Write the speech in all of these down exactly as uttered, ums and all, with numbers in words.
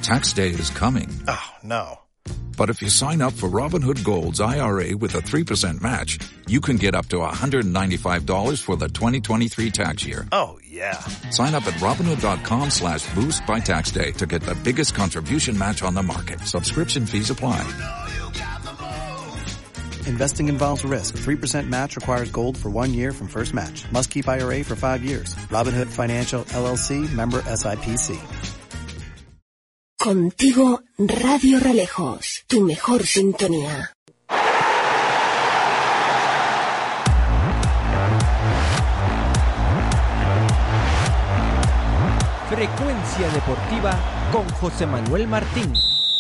Tax day is coming. Oh, no. But if you sign up for Robinhood Gold's I R A with a three percent match, you can get up to one hundred ninety-five dollars for the twenty twenty-three tax year. Oh, yeah. Sign up at Robinhood.com slash boost by tax day to get the biggest contribution match on the market. Subscription fees apply. Investing involves risk. three percent match requires gold for one year from first match. Must keep I R A for five years. Robinhood Financial, L L C, member S I P C. Contigo, Radio Relejos, tu mejor sintonía. Frecuencia Deportiva con José Manuel Martín.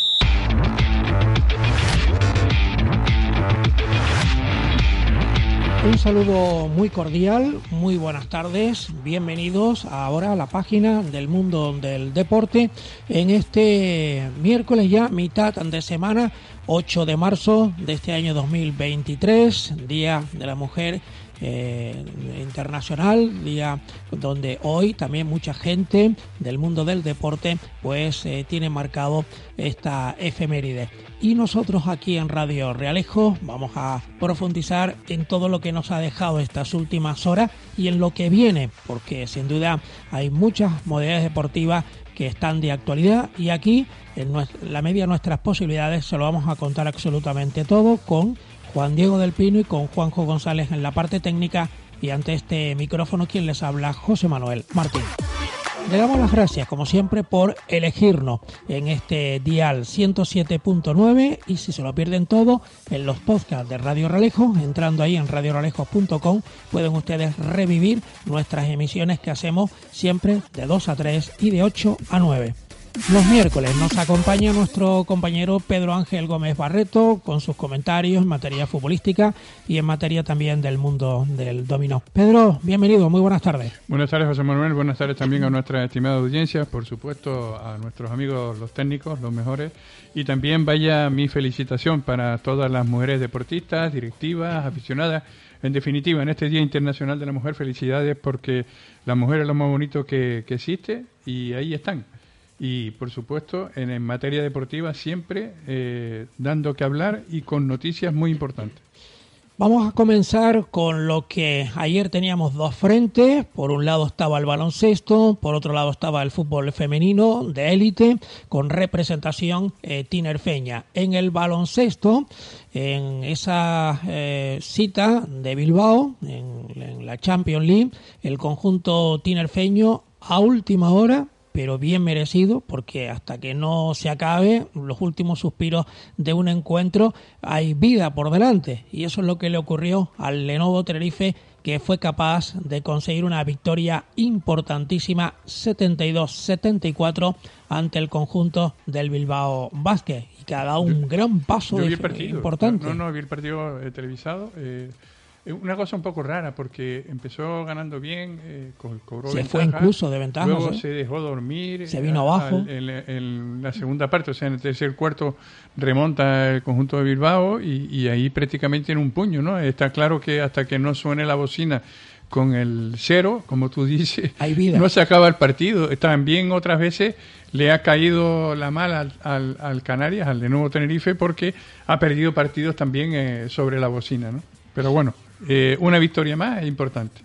Un saludo muy cordial, muy buenas tardes, bienvenidos ahora a la página del mundo del deporte en este miércoles ya, mitad de semana, ocho de marzo de este año dos mil veintitrés, Día de la Mujer eh, Internacional, día donde hoy también mucha gente del mundo del deporte pues eh, tiene marcado esta efeméride. Y nosotros aquí en Radio Realejos vamos a profundizar en todo lo que nos ha dejado estas últimas horas y en lo que viene, porque sin duda hay muchas modalidades deportivas que están de actualidad y aquí en la medida de nuestras posibilidades se lo vamos a contar absolutamente todo con Juan Diego del Pino y con Juanjo González en la parte técnica y ante este micrófono quien les habla, José Manuel Martín. Le damos las gracias, como siempre, por elegirnos en este dial ciento siete punto nueve y si se lo pierden todo, en los podcasts de Radio Relejos, entrando ahí en radio relejos punto com, pueden ustedes revivir nuestras emisiones que hacemos siempre de dos a tres y de ocho a nueve. Los miércoles nos acompaña nuestro compañero Pedro Ángel Gómez Barreto con sus comentarios en materia futbolística y en materia también del mundo del dominó. Pedro, bienvenido, muy buenas tardes. Buenas tardes, José Manuel, buenas tardes también a nuestra estimada audiencia, por supuesto a nuestros amigos los técnicos, los mejores, y también vaya mi felicitación para todas las mujeres deportistas, directivas, aficionadas. En definitiva, en este Día Internacional de la Mujer, felicidades porque la mujer es lo más bonito que, que existe y ahí están. Y, por supuesto, en, en materia deportiva siempre eh, dando que hablar y con noticias muy importantes. Vamos a comenzar con lo que ayer teníamos dos frentes. Por un lado estaba el baloncesto, por otro lado estaba el fútbol femenino de élite con representación eh, tinerfeña. En el baloncesto, en esa eh, cita de Bilbao, en, en la Champions League, el conjunto tinerfeño a última hora, pero bien merecido, porque hasta que no se acabe los últimos suspiros de un encuentro hay vida por delante, y eso es lo que le ocurrió al Lenovo Tenerife, que fue capaz de conseguir una victoria importantísima setenta y dos setenta y cuatro ante el conjunto del Bilbao Basket, y que ha dado un yo, gran paso yo de, partido, importante. No, no, vi el partido eh, televisado. Eh, Una cosa un poco rara porque empezó ganando bien, eh, co- cobró se ventaja, fue incluso de ventaja, luego ¿sí? se dejó dormir, se vino a, abajo a, en, en la segunda parte, o sea en el tercer cuarto remonta el conjunto de Bilbao y, y ahí prácticamente en un puño, ¿no? Está claro que hasta que no suene la bocina con el cero, como tú dices, hay vida. No se acaba el partido. También otras veces le ha caído la mala al, al, al Canarias, al de Nuevo Tenerife, porque ha perdido partidos también eh, sobre la bocina, ¿no? Pero bueno, eh, una victoria más es importante.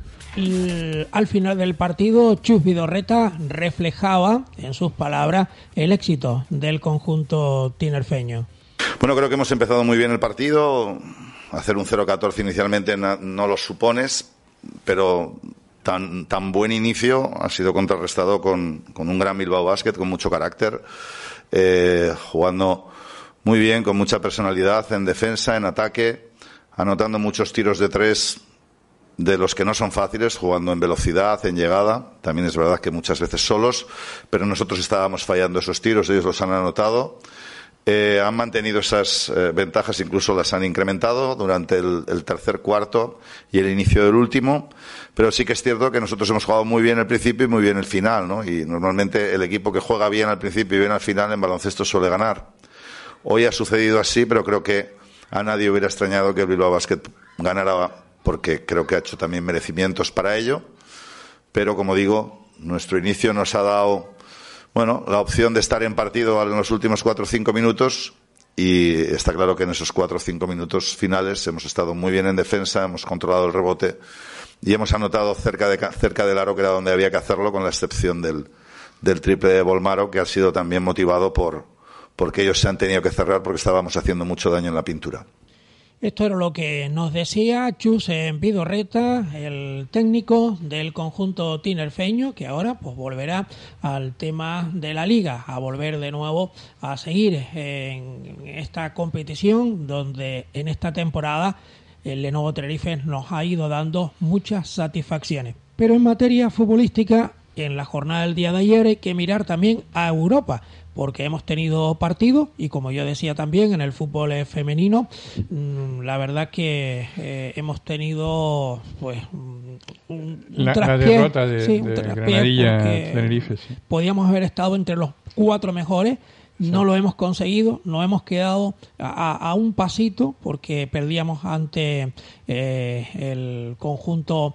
Y al final del partido, Chus Vidorreta reflejaba en sus palabras el éxito del conjunto tinerfeño. Bueno, creo que hemos empezado muy bien el partido. Hacer un cero catorce inicialmente no, no lo supones, pero tan, tan buen inicio ha sido contrarrestado con, con un gran Bilbao Basket, con mucho carácter, eh, jugando muy bien, con mucha personalidad en defensa, en ataque, anotando muchos tiros de tres de los que no son fáciles, jugando en velocidad, en llegada. También es verdad que muchas veces solos, pero nosotros estábamos fallando esos tiros, ellos los han anotado. Eh, han mantenido esas eh, ventajas, incluso las han incrementado durante el, el tercer cuarto y el inicio del último, pero sí que es cierto que nosotros hemos jugado muy bien el principio y muy bien el final, ¿no? Y normalmente el equipo que juega bien al principio y bien al final en baloncesto suele ganar. Hoy ha sucedido así, pero creo que a nadie hubiera extrañado que el Bilbao Basket ganara, porque creo que ha hecho también merecimientos para ello, pero como digo, nuestro inicio nos ha dado bueno, la opción de estar en partido en los últimos cuatro o cinco minutos, y está claro que en esos cuatro o cinco minutos finales hemos estado muy bien en defensa, hemos controlado el rebote y hemos anotado cerca de cerca del aro, que era donde había que hacerlo, con la excepción del, del triple de Bolmaro, que ha sido también motivado por porque ellos se han tenido que cerrar porque estábamos haciendo mucho daño en la pintura. Esto era lo que nos decía Chus Vidorreta, el técnico del conjunto tinerfeño, que ahora pues volverá al tema de la liga, a volver de nuevo a seguir en esta competición, donde en esta temporada el Lenovo Tenerife nos ha ido dando muchas satisfacciones. Pero en materia futbolística, en la jornada del día de ayer hay que mirar también a Europa, porque hemos tenido partidos y, como yo decía también, en el fútbol femenino, la verdad que eh, hemos tenido pues un, un la, traspié, la derrota de, sí, de Granadilla Tenerife, sí. Podíamos haber estado entre los cuatro mejores. Sí. No lo hemos conseguido, nos hemos quedado a, a un pasito porque perdíamos ante eh, el conjunto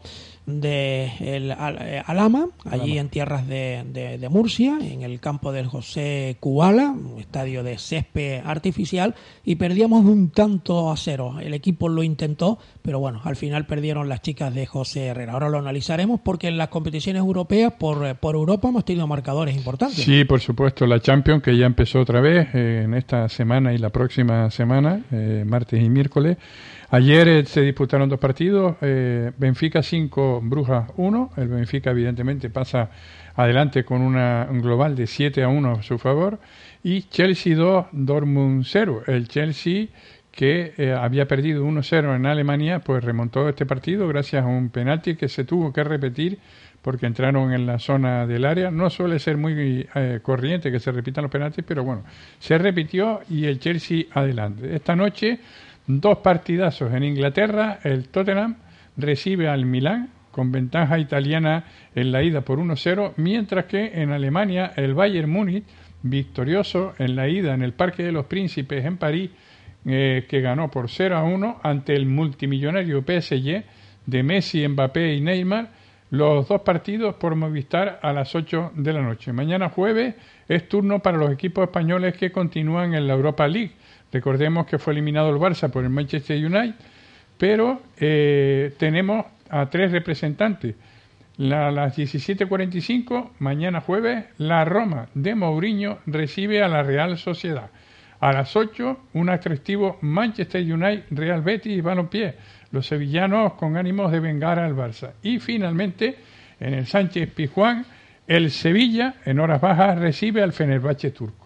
de el Alhama, allí Alhama. en tierras de, de, de Murcia, en el campo del José Kubala, un estadio de césped artificial, y perdíamos un tanto a cero. El equipo lo intentó, pero bueno, al final perdieron las chicas de José Herrera. Ahora lo analizaremos porque en las competiciones europeas, por, por Europa, hemos tenido marcadores importantes. Sí, por supuesto, la Champions, que ya empezó otra vez eh, en esta semana y la próxima semana, eh, martes y miércoles. Ayer eh, se disputaron dos partidos, eh, Benfica cinco, Brujas uno. El Benfica evidentemente pasa adelante con una, un global de siete a uno a su favor. Y Chelsea dos, Dortmund cero. El Chelsea, que eh, había perdido uno cero en Alemania, pues remontó este partido gracias a un penalti que se tuvo que repetir porque entraron en la zona del área. No suele ser muy eh, corriente que se repitan los penaltis, pero bueno, se repitió y el Chelsea adelante. Esta noche, dos partidazos en Inglaterra. El Tottenham recibe al Milán con ventaja italiana en la ida por uno cero, mientras que en Alemania el Bayern Múnich, victorioso en la ida en el Parque de los Príncipes en París, eh, que ganó por cero a uno ante el multimillonario P S G de Messi, Mbappé y Neymar. Los dos partidos por Movistar a las ocho de la noche. Mañana jueves es turno para los equipos españoles que continúan en la Europa League. Recordemos que fue eliminado el Barça por el Manchester United, pero eh, tenemos a tres representantes. La, a las diecisiete cuarenta y cinco, mañana jueves, la Roma de Mourinho recibe a la Real Sociedad. A las ocho, un atractivo Manchester United, Real Betis y Balompié. Los sevillanos con ánimos de vengar al Barça. Y finalmente, en el Sánchez Pizjuán, el Sevilla, en horas bajas, recibe al Fenerbahce turco.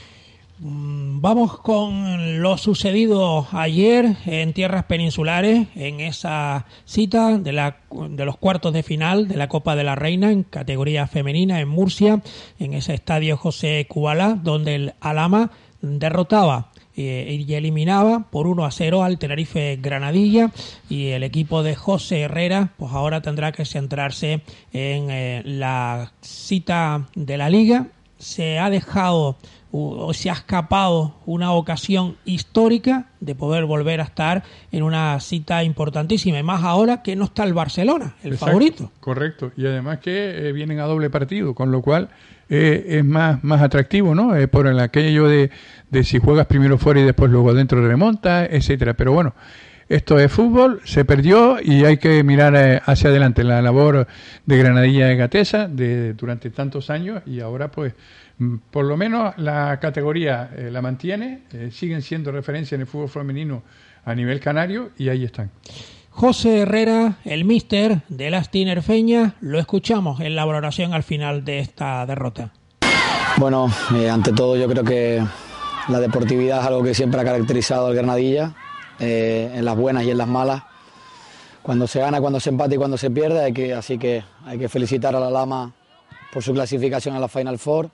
Vamos con lo sucedido ayer en tierras peninsulares, en esa cita de, la, de los cuartos de final de la Copa de la Reina en categoría femenina en Murcia, en ese estadio José Kubala, donde el Alhama derrotaba y eliminaba por uno a cero al Tenerife Granadilla, y el equipo de José Herrera pues ahora tendrá que centrarse en eh, la cita de la Liga. Se ha dejado o se ha escapado una ocasión histórica de poder volver a estar en una cita importantísima, y más ahora que no está el Barcelona, el Exacto, favorito. Correcto, y además que eh, vienen a doble partido, con lo cual eh, es más, más atractivo, ¿no? Eh, por el aquello de, de si juegas primero fuera y después luego dentro remonta, etcétera. Pero bueno, esto es fútbol, se perdió y hay que mirar eh, hacia adelante. La labor de Granadilla de Gatesa de, durante tantos años, y ahora pues por lo menos la categoría eh, la mantiene, eh, siguen siendo referencia en el fútbol femenino a nivel canario, y ahí están. José Herrera, el míster de las tinerfeñas, lo escuchamos en la valoración al final de esta derrota. Bueno, eh, ante todo yo creo que la deportividad es algo que siempre ha caracterizado al Granadilla, eh, en las buenas y en las malas. Cuando se gana, cuando se empata y cuando se pierde, hay que, así que hay que felicitar a la Lama por su clasificación a la Final Four.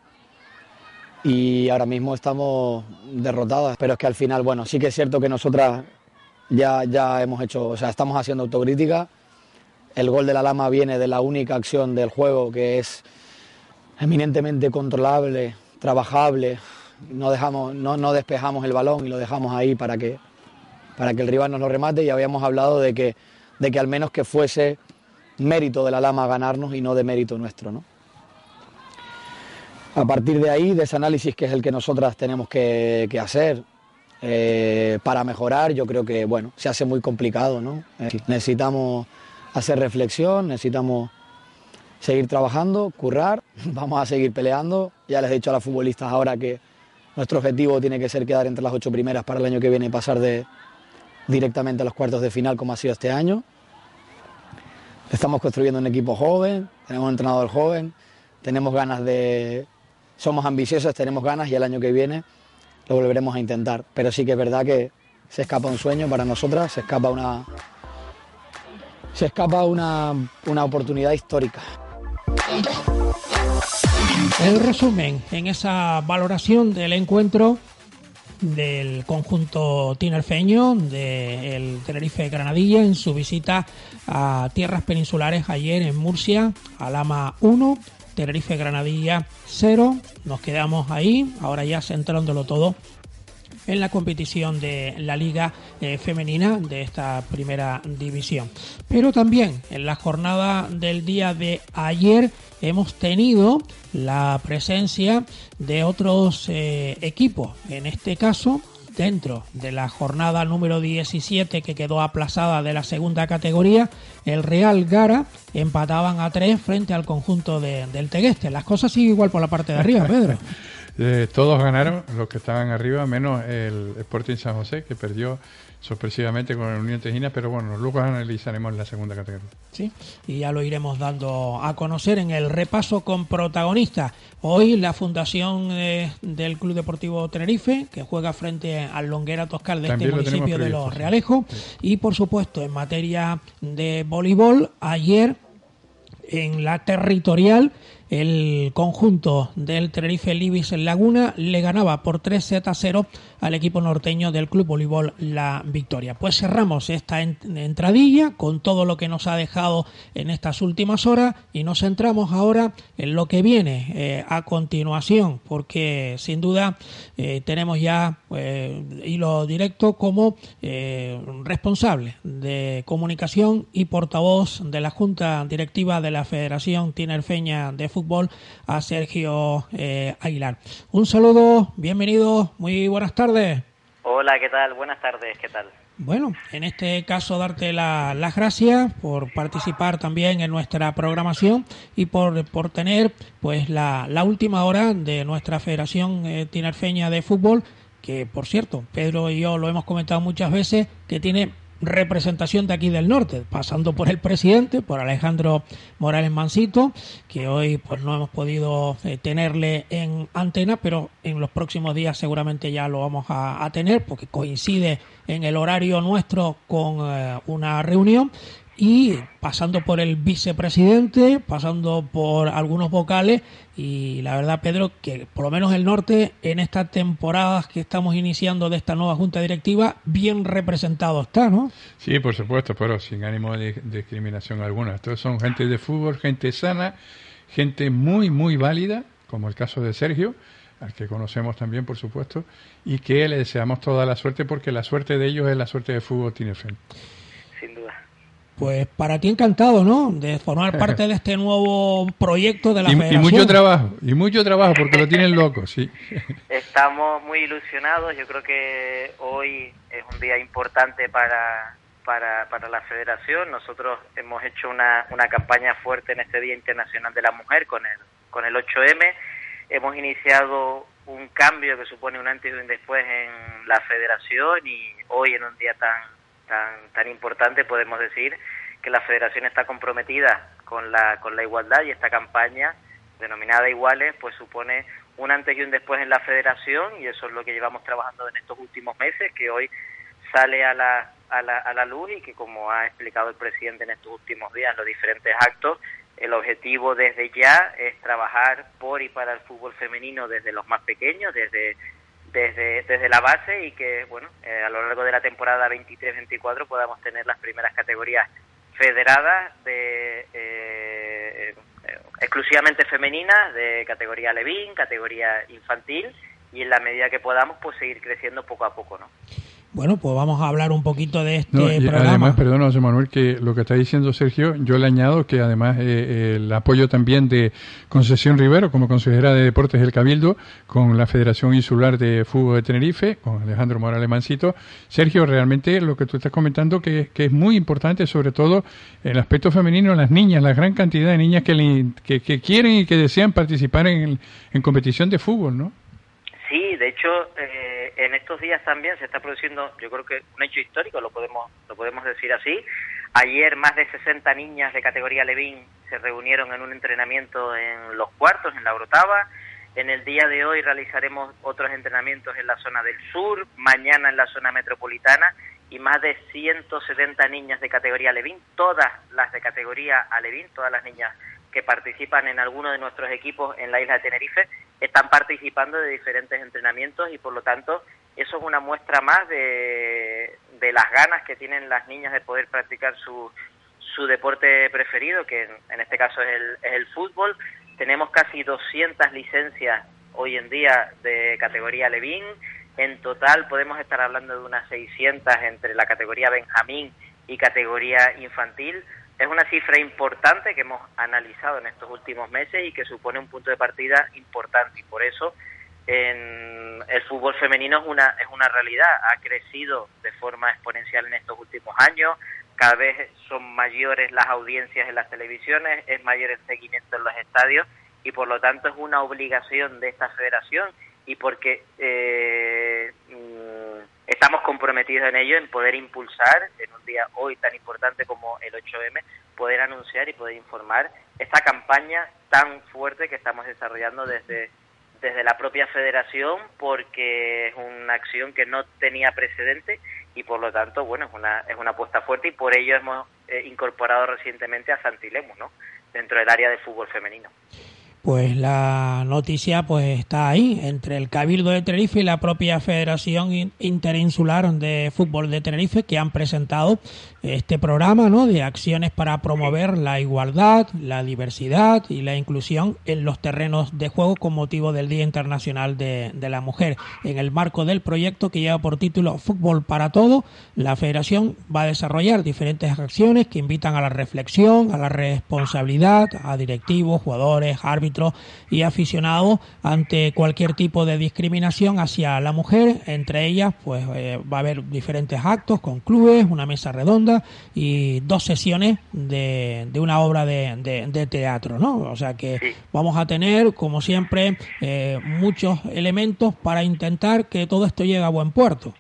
Y ahora mismo estamos derrotadas, pero es que al final, bueno, sí que es cierto que nosotras ya, ya hemos hecho, o sea, estamos haciendo autocrítica. El gol de la Lama viene de la única acción del juego que es eminentemente controlable, trabajable. No dejamos, no, no despejamos el balón y lo dejamos ahí para que, para que el rival nos lo remate, y habíamos hablado de que, de que al menos que fuese mérito de la Lama ganarnos y no de mérito nuestro, ¿no? A partir de ahí, de ese análisis que es el que nosotras tenemos que, que hacer eh, para mejorar, yo creo que bueno, se hace muy complicado, ¿no? Eh, necesitamos hacer reflexión, necesitamos seguir trabajando, currar, vamos a seguir peleando. Ya les he dicho a las futbolistas ahora que nuestro objetivo tiene que ser quedar entre las ocho primeras para el año que viene y pasar de, directamente a los cuartos de final como ha sido este año. Estamos construyendo un equipo joven, tenemos un entrenador joven, tenemos ganas de... Somos ambiciosos, tenemos ganas y el año que viene lo volveremos a intentar. Pero sí que es verdad que se escapa un sueño para nosotras, se escapa una, se escapa una, una oportunidad histórica. El resumen en esa valoración del encuentro del conjunto tinerfeño del Tenerife Granadilla en su visita a tierras peninsulares ayer en Murcia, Alhama uno, Tenerife Granadilla cero. Nos quedamos ahí, ahora ya centrándolo todo en la competición de la Liga eh, Femenina de esta primera división. Pero también en la jornada del día de ayer hemos tenido la presencia de otros eh, equipos, en este caso dentro de la jornada número diecisiete que quedó aplazada de la segunda categoría. El Real Gara empataban a tres frente al conjunto de, del Tegueste. Las cosas siguen igual por la parte de arriba, Pedro. Eh, todos ganaron, los que estaban arriba, menos el Sporting San José, que perdió sorpresivamente con el Unión Tejina, pero bueno, luego analizaremos la segunda categoría. Sí, y ya lo iremos dando a conocer en el repaso con protagonistas. Hoy la fundación eh, del Club Deportivo Tenerife, que juega frente al Longuera Toscal de También este municipio de Los Realejos. Sí. Y por supuesto, en materia de voleibol, ayer en la territorial, el conjunto del Tenerife Libis Laguna le ganaba por tres sets a cero al equipo norteño del Club Voleibol La Victoria. Pues cerramos esta entradilla con todo lo que nos ha dejado en estas últimas horas y nos centramos ahora en lo que viene eh, a continuación, porque sin duda eh, tenemos ya eh, hilo directo como eh, responsable de comunicación y portavoz de la Junta Directiva de la Federación Tinerfeña de Fútbol a Sergio eh, Aguilar. Un saludo, bienvenido, muy buenas tardes. Hola, ¿qué tal? Buenas tardes, ¿qué tal? Bueno, en este caso darte la, las gracias por participar también en nuestra programación y por, por tener pues la, la última hora de nuestra Federación eh, Tinerfeña de Fútbol, que por cierto, Pedro y yo lo hemos comentado muchas veces, que tiene representación de aquí del norte, pasando por el presidente, por Alejandro Morales Mansito, que hoy pues no hemos podido eh, tenerle en antena, pero en los próximos días seguramente ya lo vamos a, a tener, porque coincide en el horario nuestro con eh, una reunión. Y pasando por el vicepresidente, pasando por algunos vocales, y la verdad, Pedro, que por lo menos el norte en estas temporadas que estamos iniciando de esta nueva junta directiva, bien representado está, ¿no? Sí, por supuesto, pero sin ánimo de, de discriminación alguna. Estos son gente de fútbol, gente sana, gente muy, muy válida, como el caso de Sergio, al que conocemos también, por supuesto, y que le deseamos toda la suerte, porque la suerte de ellos es la suerte de fútbol tinerfeño. Sin duda. Pues para ti encantado, ¿no? De formar parte de este nuevo proyecto de la y, Federación. Y mucho trabajo, y mucho trabajo, porque lo tienen loco, sí. Estamos muy ilusionados. Yo creo que hoy es un día importante para, para, para la Federación. Nosotros hemos hecho una, una campaña fuerte en este Día Internacional de la Mujer con el, con el ocho eme. Hemos iniciado un cambio que supone un antes y un después en la Federación, y hoy en un día tan tan tan importante podemos decir que la Federación está comprometida con la con la igualdad, y esta campaña denominada Iguales pues supone un antes y un después en la Federación, y eso es lo que llevamos trabajando en estos últimos meses, que hoy sale a la a la, a la luz, y que, como ha explicado el presidente en estos últimos días en los diferentes actos, el objetivo desde ya es trabajar por y para el fútbol femenino desde los más pequeños, desde Desde, desde la base, y que bueno eh, a lo largo de la temporada veintitrés veinticuatro podamos tener las primeras categorías federadas de eh, eh, exclusivamente femeninas, de categoría Levín, categoría infantil, y en la medida que podamos pues seguir creciendo poco a poco, ¿no? Bueno, pues vamos a hablar un poquito de este no, y programa. Además, perdona, José Manuel, que lo que está diciendo Sergio, yo le añado que además eh, el apoyo también de Concesión Rivero, como consejera de Deportes del Cabildo, con la Federación Insular de Fútbol de Tenerife, con Alejandro Morales Mancito. Sergio, realmente lo que tú estás comentando que, que es muy importante, sobre todo el aspecto femenino, las niñas, la gran cantidad de niñas que, le, que, que quieren y que desean participar en, en competición de fútbol, ¿no? Sí, de hecho, eh, en estos días también se está produciendo, yo creo que un hecho histórico, lo podemos lo podemos decir así. Ayer más de sesenta niñas de categoría Levín se reunieron en un entrenamiento en los cuartos, en la Orotava. En el día de hoy realizaremos otros entrenamientos en la zona del sur, mañana en la zona metropolitana, y más de ciento setenta niñas de categoría Levín, todas las de categoría Alevín, todas las niñas que participan en alguno de nuestros equipos en la isla de Tenerife, están participando de diferentes entrenamientos y por lo tanto eso es una muestra más de, de las ganas que tienen las niñas de poder practicar su, su deporte preferido, que en, en este caso es el, es el fútbol. Tenemos casi doscientas licencias hoy en día de categoría Levín. En total podemos estar hablando de unas seiscientas entre la categoría Benjamín y categoría infantil. Es una cifra importante que hemos analizado en estos últimos meses y que supone un punto de partida importante, y por eso en el fútbol femenino es una es una realidad, ha crecido de forma exponencial en estos últimos años, cada vez son mayores las audiencias en las televisiones, es mayor el seguimiento en los estadios y por lo tanto es una obligación de esta federación y porque eh, estamos comprometidos en ello, en poder impulsar en un día hoy tan importante como el ocho eme, poder anunciar y poder informar esta campaña tan fuerte que estamos desarrollando desde, desde la propia federación, porque es una acción que no tenía precedente y por lo tanto, bueno, es una, es una apuesta fuerte y por ello hemos eh, incorporado recientemente a Santilemu, ¿no?, dentro del área de fútbol femenino. Pues la noticia pues está ahí, entre el Cabildo de Tenerife y la propia Federación Interinsular de Fútbol de Tenerife, que han presentado este programa, ¿no?, de acciones para promover la igualdad, la diversidad y la inclusión en los terrenos de juego con motivo del Día Internacional de, de la Mujer. En el marco del proyecto que lleva por título Fútbol para Todos, la Federación va a desarrollar diferentes acciones que invitan a la reflexión, a la responsabilidad, a directivos, jugadores, árbitros y aficionados ante cualquier tipo de discriminación hacia la mujer. Entre ellas pues eh, va a haber diferentes actos con clubes, una mesa redonda y dos sesiones de, de una obra de, de, de teatro, ¿no? O sea que sí, vamos a tener, como siempre, eh, muchos elementos para intentar que todo esto llegue a buen puerto.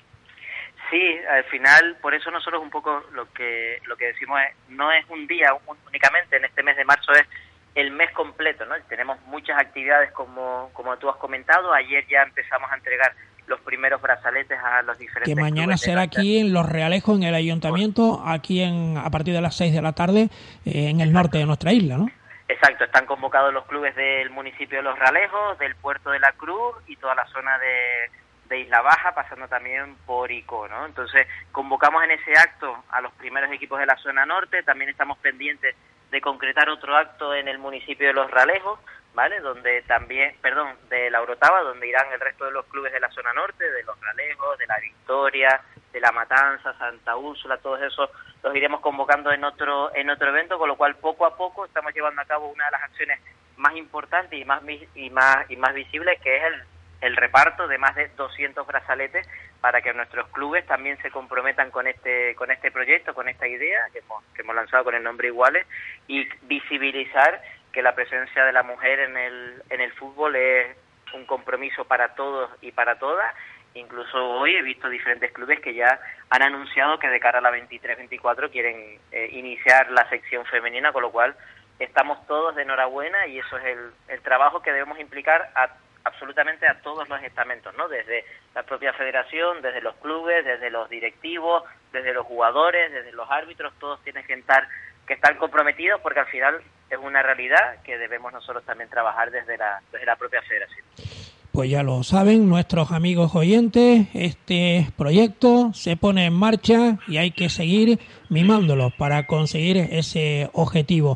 Sí, al final, por eso nosotros un poco lo que lo que decimos es, no es un día únicamente, en este mes de marzo es el mes completo, ¿no? Tenemos muchas actividades como como tú has comentado. Ayer ya empezamos a entregar los primeros brazaletes a los diferentes que mañana será aquí en Los Realejos, en el ayuntamiento, aquí en a partir de las seis de la tarde, eh, en el norte de nuestra isla, ¿no? Exacto, están convocados los clubes del municipio de Los Realejos, del Puerto de la Cruz y toda la zona de, de Isla Baja, pasando también por Ico, ¿no? Entonces, convocamos en ese acto a los primeros equipos de la zona norte. También estamos pendientes de concretar otro acto en el municipio de Los Realejos, ¿vale?, donde también, perdón, de la Orotava, donde irán el resto de los clubes de la zona norte, de Los Realejos, de La Victoria, de La Matanza, Santa Úrsula, todos esos los iremos convocando en otro en otro evento, con lo cual poco a poco estamos llevando a cabo una de las acciones más importantes y más y más y más visibles, que es el el reparto de más de doscientos brazaletes para que nuestros clubes también se comprometan con este con este proyecto, con esta idea que hemos, que hemos lanzado con el nombre Iguales, y visibilizar que la presencia de la mujer en el en el fútbol es un compromiso para todos y para todas. Incluso hoy he visto diferentes clubes que ya han anunciado que de cara a la veintitrés veinticuatro quieren eh, iniciar la sección femenina, con lo cual estamos todos de enhorabuena y eso es el, el trabajo que debemos implicar a absolutamente a todos los estamentos, ¿no? Desde la propia federación, desde los clubes, desde los directivos, desde los jugadores, desde los árbitros, todos tienen que estar que están comprometidos, porque al final es una realidad que debemos nosotros también trabajar desde la desde la propia federación. Pues ya lo saben nuestros amigos oyentes, este proyecto se pone en marcha y hay que seguir mimándolo para conseguir ese objetivo.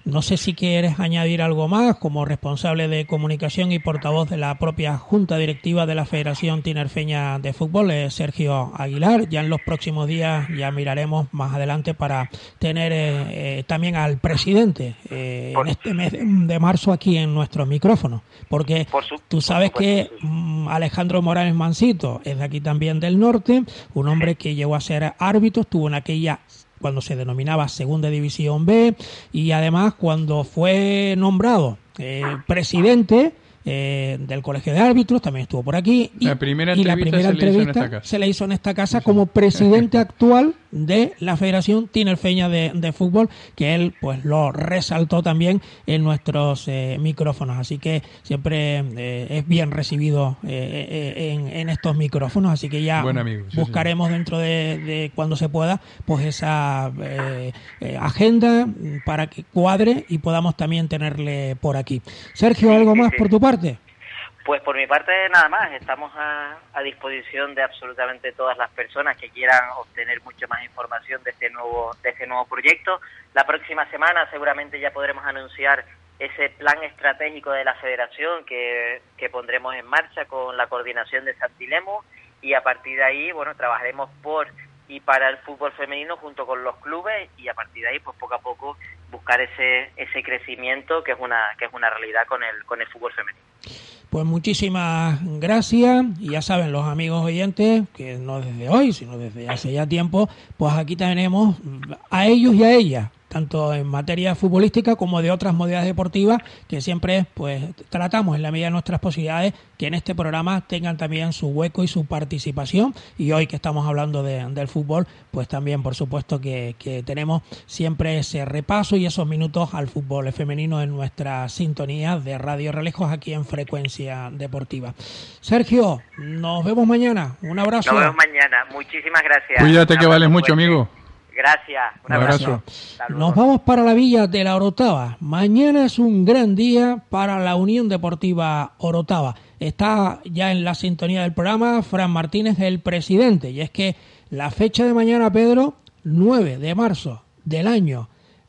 No sé si quieres añadir algo más como responsable de comunicación y portavoz de la propia Junta Directiva de la Federación Tinerfeña de Fútbol, eh, Sergio Aguilar. Ya en los próximos días ya miraremos más adelante para tener eh, eh, también al presidente eh, en este mes de marzo aquí en nuestros micrófonos, porque Por su, tú sabes que um, Alejandro Morales Mansito es de aquí también del norte, un hombre que llegó a ser árbitro, estuvo en aquella cuando se denominaba Segunda División B, y además cuando fue nombrado eh, presidente eh, del Colegio de Árbitros, también estuvo por aquí, y la primera y la primera entrevista se le hizo en esta casa como presidente actual de la Federación Tinerfeña de, de Fútbol, que él pues lo resaltó también en nuestros eh, micrófonos, así que siempre eh, es bien recibido eh, eh, en, en estos micrófonos, así que ya amigo, sí, buscaremos sí. dentro de, de cuando se pueda pues esa eh, eh, agenda para que cuadre y podamos también tenerle por aquí. Sergio, ¿algo más por tu parte? Pues por mi parte nada más, estamos a, a disposición de absolutamente todas las personas que quieran obtener mucha más información de este nuevo de este nuevo proyecto. La próxima semana seguramente ya podremos anunciar ese plan estratégico de la federación que, que pondremos en marcha con la coordinación de Santilemo, y a partir de ahí, bueno, trabajaremos por y para el fútbol femenino junto con los clubes, y a partir de ahí pues poco a poco buscar ese ese crecimiento que es una que es una realidad con el con el fútbol femenino. Pues muchísimas gracias, y ya saben los amigos oyentes que no desde hoy, sino desde hace ya tiempo, pues aquí tenemos a ellos y a ellas, tanto en materia futbolística como de otras modalidades deportivas, que siempre pues tratamos en la medida de nuestras posibilidades que en este programa tengan también su hueco y su participación, y hoy que estamos hablando de, del fútbol, pues también por supuesto que, que tenemos siempre ese repaso y esos minutos al fútbol femenino en nuestra sintonía de Radio Relejos aquí en Frecuencia Deportiva. Sergio, nos vemos mañana, un abrazo. Nos vemos mañana, muchísimas gracias. Cuídate que vales mucho, amigo. Gracias, un abrazo. Nos vamos para la Villa de la Orotava. Mañana es un gran día para la Unión Deportiva Orotava. Está ya en la sintonía del programa Fran Martínez, el presidente, y es que la fecha de mañana, Pedro, nueve de marzo del año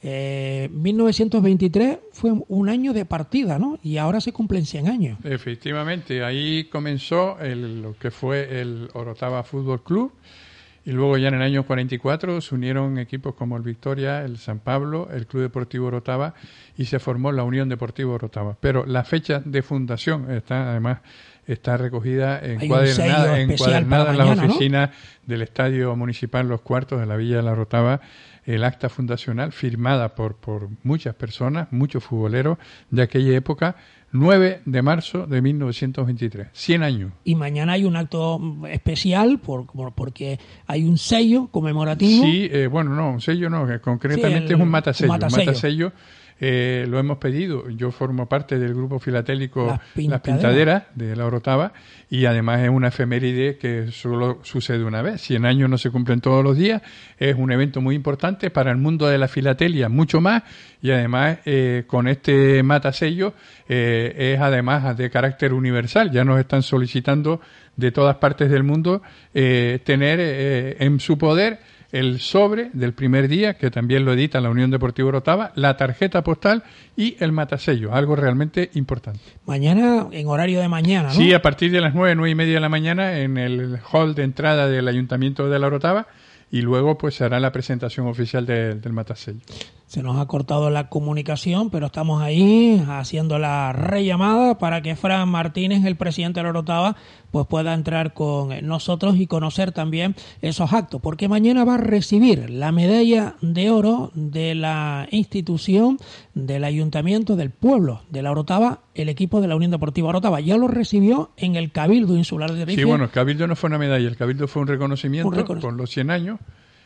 eh, mil novecientos veintitrés, fue un año de partida, ¿no? Y ahora se cumplen cien años. Efectivamente, ahí comenzó el, lo que fue el Orotava Fútbol Club. Y luego ya en el año cuarenta y cuatro se unieron equipos como el Victoria, el San Pablo, el Club Deportivo Orotava, y se formó la Unión Deportiva Orotava. Pero la fecha de fundación está además está recogida encuadernada, encuadernada en las oficinas, ¿no?, del Estadio Municipal Los Cuartos de la Villa de la Orotava, el acta fundacional firmada por, por muchas personas, muchos futboleros de aquella época, nueve de marzo de mil novecientos veintitrés, cien años. Y mañana hay un acto especial por, porque hay un sello conmemorativo. Sí, eh, bueno, no, un sello no, concretamente sí, el, es un matasello. Un matasello, un matasello eh, lo hemos pedido. Yo formo parte del grupo filatélico Las Pintaderas, Las Pintaderas de la Orotava, y además es una efeméride que solo sucede una vez. cien años no se cumplen todos los días. Es un evento muy importante para el mundo de la filatelia, mucho más, y además eh, con este matasello eh, es además de carácter universal. Ya nos están solicitando de todas partes del mundo eh, tener eh, en su poder el sobre del primer día, que también lo edita la Unión Deportiva Orotava, la tarjeta postal y el matasello, algo realmente importante. Mañana, en horario de mañana, ¿no? Sí, a partir de las nueve, nueve y media de la mañana, en el hall de entrada del Ayuntamiento de la Orotava, y luego pues se hará la presentación oficial de, del matasello. Se nos ha cortado la comunicación, pero estamos ahí haciendo la rellamada para que Fran Martínez, el presidente de la Orotava, pues pueda entrar con nosotros y conocer también esos actos, porque mañana va a recibir la medalla de oro de la institución del Ayuntamiento del Pueblo de la Orotava, el equipo de la Unión Deportiva Orotava. Ya lo recibió en el Cabildo Insular de Tenerife. Sí, bueno, el Cabildo no fue una medalla, el Cabildo fue un reconocimiento, un reconocimiento. por los cien años.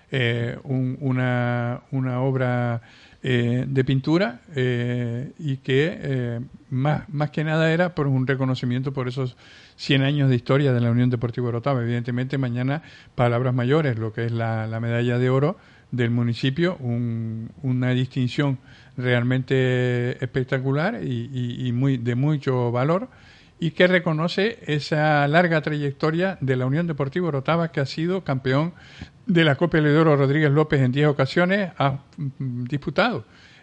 Eh, un, una, una obra eh, de pintura eh, y que eh, más, más que nada era por un reconocimiento por esos cien años de historia de la Unión Deportiva Orotava. Evidentemente mañana palabras mayores, lo que es la, la medalla de oro del municipio, un, una distinción realmente espectacular y, y, y muy de mucho valor, y que reconoce esa larga trayectoria de la Unión Deportiva Orotava, que ha sido campeón de la Copa Leodoro Rodríguez López en diez ocasiones, ha disputado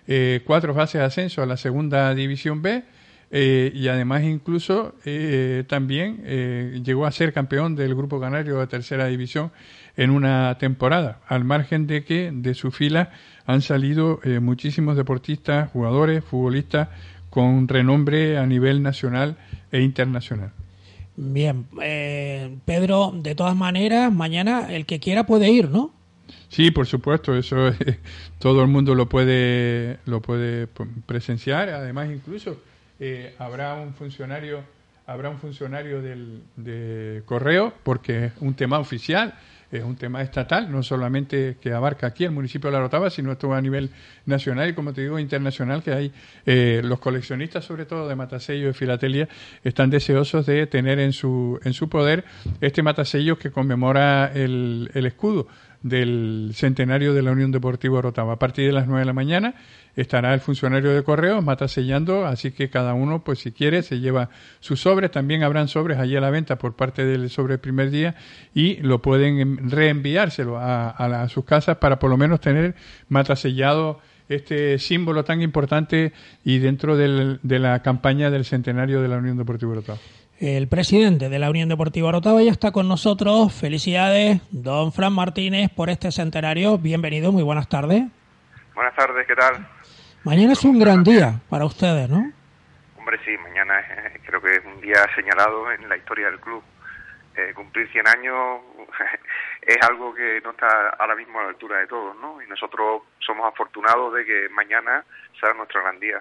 eh, cuatro fases de ascenso a la segunda división B, eh, y además incluso eh, también eh, llegó a ser campeón del Grupo Canario de tercera división en una temporada, al margen de que de su fila han salido eh, muchísimos deportistas, jugadores, futbolistas con renombre a nivel nacional e internacional. Bien, eh, Pedro, de todas maneras, mañana el que quiera puede ir, ¿no? Sí, por supuesto, eso eh, todo el mundo lo puede lo puede presenciar. Además, incluso eh, habrá un funcionario habrá un funcionario del de correo, porque es un tema oficial, es un tema estatal, no solamente que abarca aquí el municipio de La Orotava, sino esto a nivel nacional y, como te digo, internacional, que hay eh, los coleccionistas, sobre todo de matasellos de filatelia, están deseosos de tener en su en su poder este matasellos que conmemora el, el escudo del centenario de la Unión Deportiva Orotava. A partir de las nueve de la mañana estará el funcionario de correos matasellando, así que cada uno, pues si quiere, se lleva sus sobres. También habrán sobres allí a la venta por parte del sobre primer día y lo pueden reenviárselo a, a, la, a sus casas para por lo menos tener matasellado este símbolo tan importante y dentro del, de la campaña del centenario de la Unión Deportiva Orotava. El presidente de la Unión Deportiva Orotava ya está con nosotros. Felicidades, don Fran Martínez, por este centenario. Bienvenido, muy buenas tardes. Buenas tardes, ¿qué tal? Mañana es un gran día para ustedes, ¿no? Hombre, sí, mañana es, creo que es un día señalado en la historia del club. Eh, cumplir cien años es algo que no está ahora mismo a la altura de todos, ¿no? Y nosotros somos afortunados de que mañana sea nuestro gran día.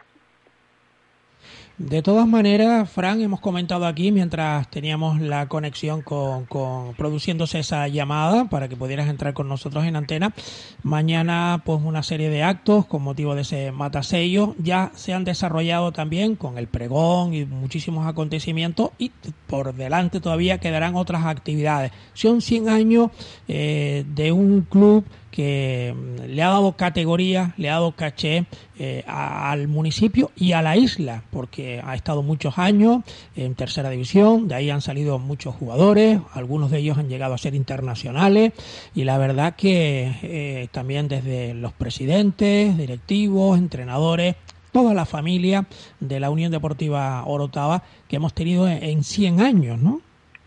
De todas maneras, Fran, hemos comentado aquí mientras teníamos la conexión con, con produciéndose esa llamada para que pudieras entrar con nosotros en antena. Mañana, pues una serie de actos con motivo de ese matasello ya se han desarrollado también con el pregón y muchísimos acontecimientos, y por delante todavía quedarán otras actividades. Son cien años eh, de un club que le ha dado categoría, le ha dado caché eh, a, al municipio y a la isla, porque ha estado muchos años en tercera división, de ahí han salido muchos jugadores, algunos de ellos han llegado a ser internacionales, y la verdad que eh, también desde los presidentes, directivos, entrenadores, toda la familia de la Unión Deportiva Orotava que hemos tenido en, en cien años, ¿no?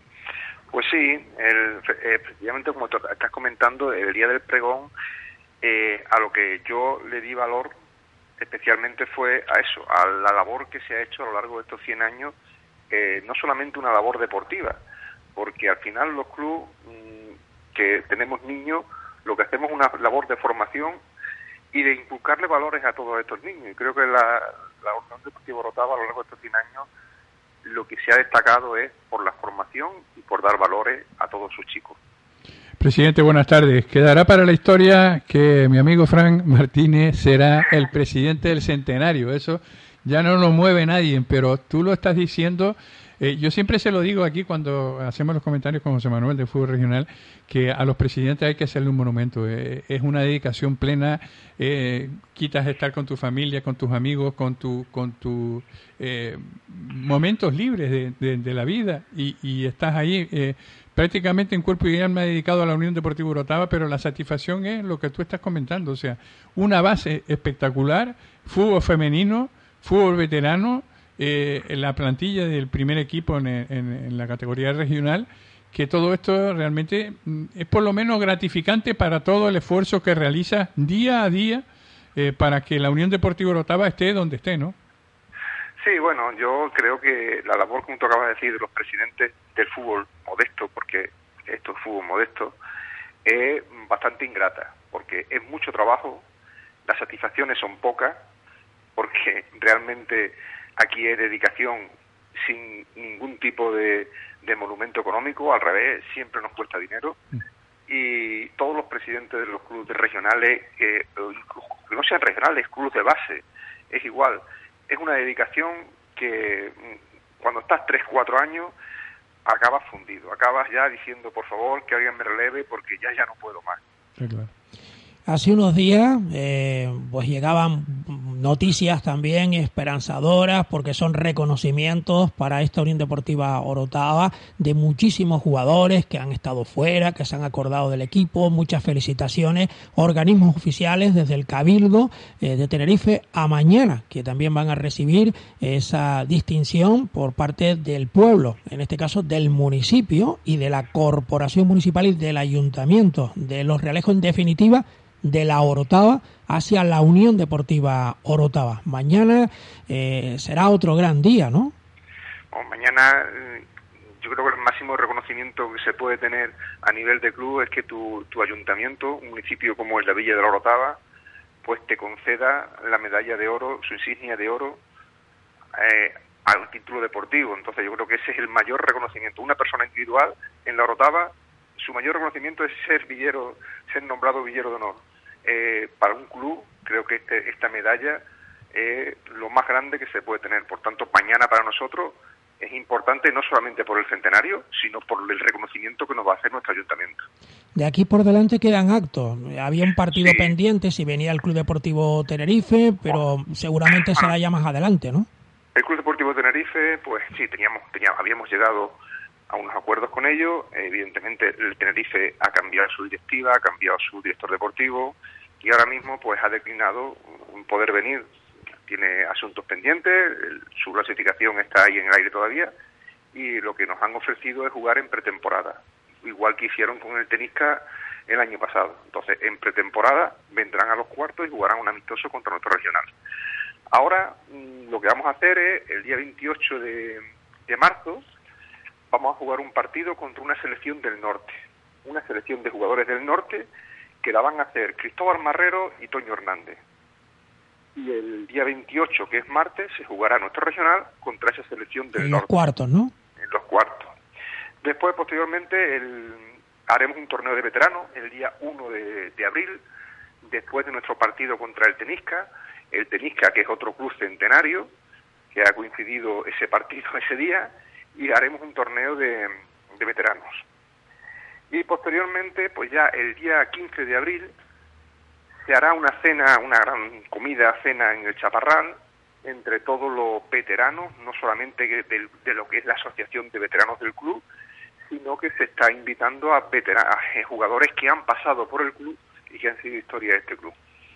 Pues sí, el, eh, efectivamente, como tú estás comentando, el día del pregón, eh, a lo que yo le di valor especialmente fue a eso, a la labor que se ha hecho a lo largo de estos cien años, eh, no solamente una labor deportiva, porque al final los clubes mmm, que tenemos niños, lo que hacemos es una labor de formación y de inculcarle valores a todos estos niños. Y creo que la, la Unión Deportiva Orotava a lo largo de estos cien años lo que se ha destacado es por la formación y por dar valores a todos sus chicos. Presidente, buenas tardes. Quedará para la historia que mi amigo Fran Martínez será el presidente del centenario. Eso ya no lo mueve nadie, pero tú lo estás diciendo. Eh, yo siempre se lo digo aquí cuando hacemos los comentarios con José Manuel de Fútbol Regional, que a los presidentes hay que hacerle un monumento. Eh, es una dedicación plena. Eh, quitas estar con tu familia, con tus amigos, con tu con tu eh, momentos libres de, de, de la vida y, y estás ahí eh, prácticamente en cuerpo y alma dedicado a la Unión Deportiva Orotava, pero la satisfacción es lo que tú estás comentando, o sea, una base espectacular, fútbol femenino, fútbol veterano, eh, en la plantilla del primer equipo en, en, en la categoría regional, que todo esto realmente es por lo menos gratificante para todo el esfuerzo que realiza día a día eh, para que la Unión Deportiva Orotava esté donde esté, ¿no? Sí, bueno, yo creo que la labor, como tú acabas de decir, de los presidentes del fútbol modesto, porque esto es fútbol modesto, es bastante ingrata, porque es mucho trabajo, las satisfacciones son pocas, porque realmente aquí es dedicación sin ningún tipo de, de monumento económico, al revés, siempre nos cuesta dinero, y todos los presidentes de los clubes regionales, eh, que no sean regionales, clubes de base, es igual, es una dedicación que cuando estás tres, cuatro años acabas fundido, acabas ya diciendo por favor que alguien me releve porque ya ya no puedo más. Sí, claro. Hace unos días eh, pues llegaban noticias también esperanzadoras porque son reconocimientos para esta Unión Deportiva Orotava de muchísimos jugadores que han estado fuera, que se han acordado del equipo. Muchas felicitaciones, organismos oficiales desde el Cabildo eh, de Tenerife a mañana, que también van a recibir esa distinción por parte del pueblo, en este caso del municipio y de la corporación municipal y del ayuntamiento de Los Realejos, en definitiva de la Orotava hacia la Unión Deportiva Orotava. Mañana eh, será otro gran día, ¿no? Bueno, mañana yo creo que el máximo reconocimiento que se puede tener a nivel de club es que tu, tu ayuntamiento, un municipio como es la Villa de la Orotava, pues te conceda la medalla de oro, su insignia de oro, eh, al título deportivo. Entonces yo creo que ese es el mayor reconocimiento. Una persona individual en la Orotava, su mayor reconocimiento es ser villero, ser nombrado villero de honor. Eh, para un club, creo que este, esta medalla es lo más grande que se puede tener. Por tanto, mañana para nosotros es importante no solamente por el centenario, sino por el reconocimiento que nos va a hacer nuestro ayuntamiento. De aquí por delante quedan actos. Había un partido Sí. pendiente si venía el Club Deportivo Tenerife, pero seguramente será ya más adelante, ¿no? El Club Deportivo Tenerife, pues sí, teníamos, teníamos habíamos llegado a unos acuerdos con ellos. Evidentemente el Tenerife ha cambiado su directiva, ha cambiado su director deportivo y ahora mismo pues ha declinado poder venir. Tiene asuntos pendientes, el, su clasificación está ahí en el aire todavía y lo que nos han ofrecido es jugar en pretemporada, igual que hicieron con el Tenisca el año pasado. Entonces en pretemporada vendrán a los cuartos y jugarán un amistoso contra nuestro regional. Ahora lo que vamos a hacer es el día veintiocho de, de marzo vamos a jugar un partido contra una selección del norte, una selección de jugadores del norte que la van a hacer Cristóbal Marrero y Toño Hernández. Y el día veintiocho, que es martes, se jugará nuestro regional contra esa selección del En norte. los cuartos, ¿no? En los cuartos. Después, posteriormente, el, haremos un torneo de veteranos el día uno de, de abril, después de nuestro partido contra el Tenisca. El Tenisca, que es otro club centenario, que ha coincidido ese partido ese día, y haremos un torneo de, de veteranos. Y posteriormente, pues ya el día quince de abril, se hará una cena, una gran comida, cena en el Chaparral, entre todos los veteranos, no solamente de, de lo que es la asociación de veteranos del club, sino que se está invitando a, veteranos, a jugadores que han pasado por el club y que han sido historia de este club.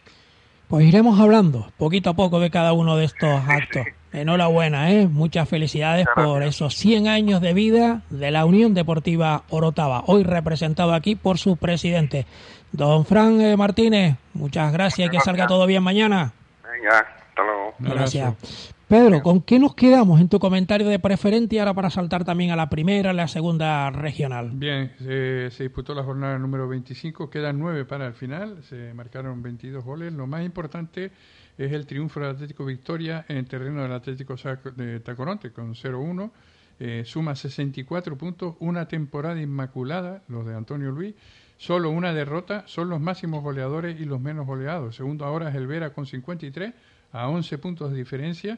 Pues iremos hablando poquito a poco de cada uno de estos actos. Enhorabuena, ¿eh? Muchas felicidades por esos cien años de vida de la Unión Deportiva Orotava, hoy representado aquí por su presidente. Don Fran eh, Martínez, muchas gracias y que salga todo bien mañana. Venga, hasta luego. Gracias. Pedro, ¿con qué nos quedamos en tu comentario de preferente y ahora para saltar también a la primera, a la segunda regional? Bien, se, se disputó la jornada número veinticinco, quedan nueve para el final, se marcaron veintidós goles. Lo más importante es el triunfo del Atlético Victoria en terreno del Atlético de Tacoronte con cero uno, eh, suma sesenta y cuatro puntos, una temporada inmaculada, los de Antonio Luis, solo una derrota, son los máximos goleadores y los menos goleados. Segundo ahora es el Vera con cincuenta y tres, a once puntos de diferencia.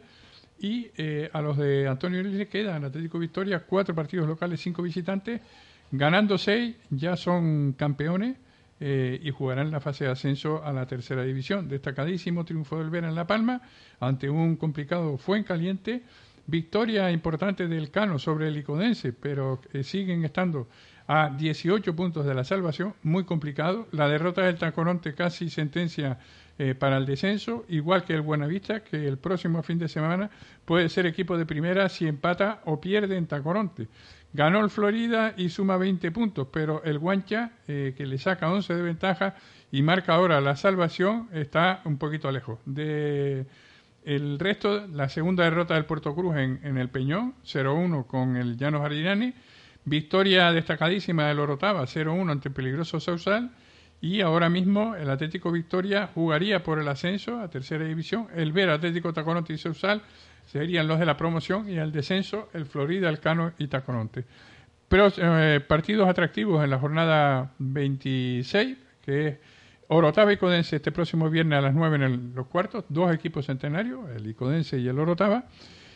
Y eh, a los de Antonio Luis le quedan Atlético Victoria, cuatro partidos locales, cinco visitantes, ganando seis, ya son campeones eh, y jugarán la fase de ascenso a la tercera división. Destacadísimo triunfo del Vera en La Palma ante un complicado Fuencaliente, victoria importante del Cano sobre el Icodense, pero eh, siguen estando a dieciocho puntos de la salvación, muy complicado. La derrota del Tacoronte casi sentencia Eh, para el descenso, igual que el Buenavista, que el próximo fin de semana puede ser equipo de primera si empata o pierde en Tacoronte. Ganó el Florida y suma veinte puntos, pero el Guancha, eh, que le saca once de ventaja y marca ahora la salvación, está un poquito lejos. De el resto, la segunda derrota del Puerto Cruz en, en el Peñón, cero uno con el Llanos Jardinani, victoria destacadísima del Orotava, cero uno ante el peligroso Sausal. Y ahora mismo el Atlético Victoria jugaría por el ascenso a tercera división. El Vera, Atlético Tacoronte y Sausal serían los de la promoción y el descenso el Florida, el Cano y Tacoronte. Pero eh, partidos atractivos en la jornada veintiséis, que es Orotava y Icodense este próximo viernes a las nueve en el, los cuartos. Dos equipos centenarios, el Icodense y el Orotava,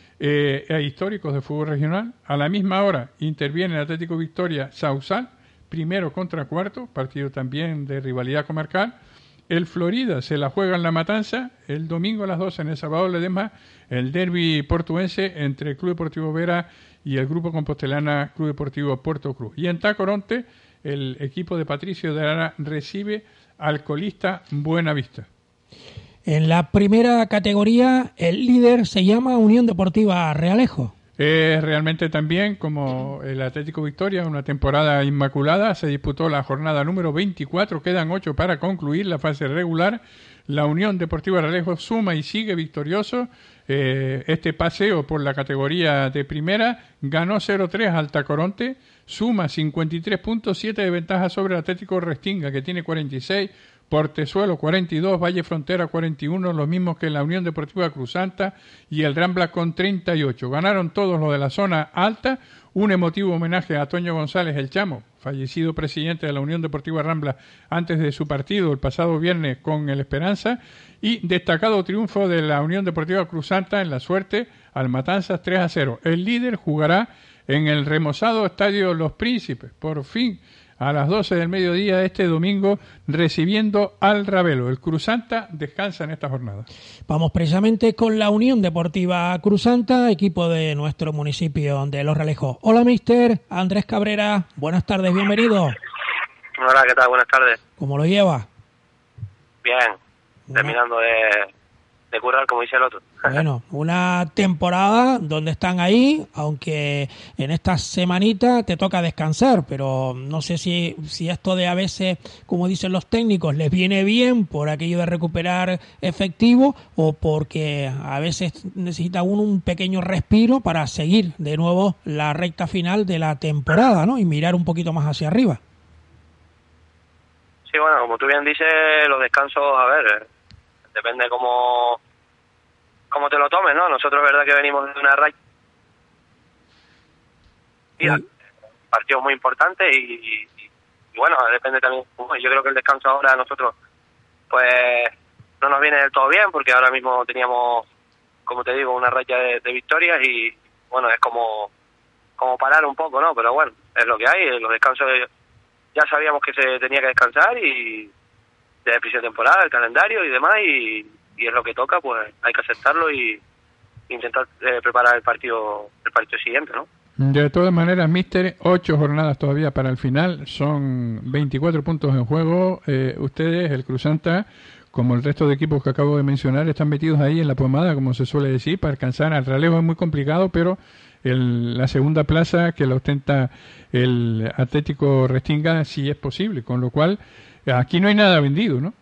eh, históricos de fútbol regional. A la misma hora interviene el Atlético Victoria Sausal, primero contra cuarto, partido también de rivalidad comarcal, el Florida se la juega en La Matanza el domingo a las doce en el Salvador Ledesma, el derbi portuense entre el Club Deportivo Vera y el Grupo Compostelana Club Deportivo Puerto Cruz. Y en Tacoronte, el equipo de Patricio de Lara recibe al colista Buenavista. En la primera categoría, el líder se llama Unión Deportiva Realejo. Es realmente también como el Atlético Victoria, una temporada inmaculada. Se disputó la jornada número veinticuatro, quedan ocho para concluir la fase regular. La Unión Deportiva Realejo suma y sigue victorioso. Eh, este paseo por la categoría de primera ganó cero tres al Tacoronte, suma cincuenta y tres punto siete de ventaja sobre el Atlético Restinga, que tiene cuarenta y seis, Portezuelo cuarenta y dos, Valle Frontera cuarenta y uno, los mismos que la Unión Deportiva Cruzanta y el Rambla con treinta y ocho. Ganaron todos los de la zona alta. Un emotivo homenaje a Toño González, el Chamo, fallecido presidente de la Unión Deportiva Rambla antes de su partido el pasado viernes con el Esperanza, y destacado triunfo de la Unión Deportiva Cruzanta en la Suerte al Matanzas tres a cero. El líder jugará en el remozado Estadio Los Príncipes, por fin, a las doce del mediodía este domingo, recibiendo al Ravelo. El Cruzanta descansa en esta jornada. Vamos precisamente con la Unión Deportiva Cruzanta, equipo de nuestro municipio de Los Realejos. Hola, mister Andrés Cabrera. Buenas tardes, bienvenido. Hola, ¿qué tal? Buenas tardes. ¿Cómo lo lleva? Bien, bueno. Terminando de, de currar, como dice el otro. Bueno, una temporada donde están ahí, aunque en esta semanita te toca descansar, pero no sé si, si esto de a veces, como dicen los técnicos, les viene bien por aquello de recuperar efectivo o porque a veces necesita uno un pequeño respiro para seguir de nuevo la recta final de la temporada, ¿no? Y mirar un poquito más hacia arriba. Sí, bueno, como tú bien dices, los descansos, a ver, depende cómo... como te lo tomes, ¿no? Nosotros es verdad que venimos de una racha, sí. Partidos muy importantes y, y, y bueno, depende también. Yo creo que el descanso ahora a nosotros pues no nos viene del todo bien, porque ahora mismo teníamos, como te digo, una racha de, de victorias y bueno, es como como parar un poco, ¿no? Pero bueno, es lo que hay. Los descansos ya sabíamos que se tenía que descansar y de principio de temporada, el calendario y demás, y y es lo que toca, pues hay que aceptarlo y intentar eh, preparar el partido el partido siguiente, ¿no? De todas maneras, míster, ocho jornadas todavía para el final, son veinticuatro puntos en juego. Eh, ustedes, el Cruzanta, como el resto de equipos que acabo de mencionar, están metidos ahí en la pomada, como se suele decir, para alcanzar al Realejo es muy complicado, pero el, la segunda plaza que la ostenta el Atlético Restinga sí es posible, con lo cual aquí no hay nada vendido, ¿no?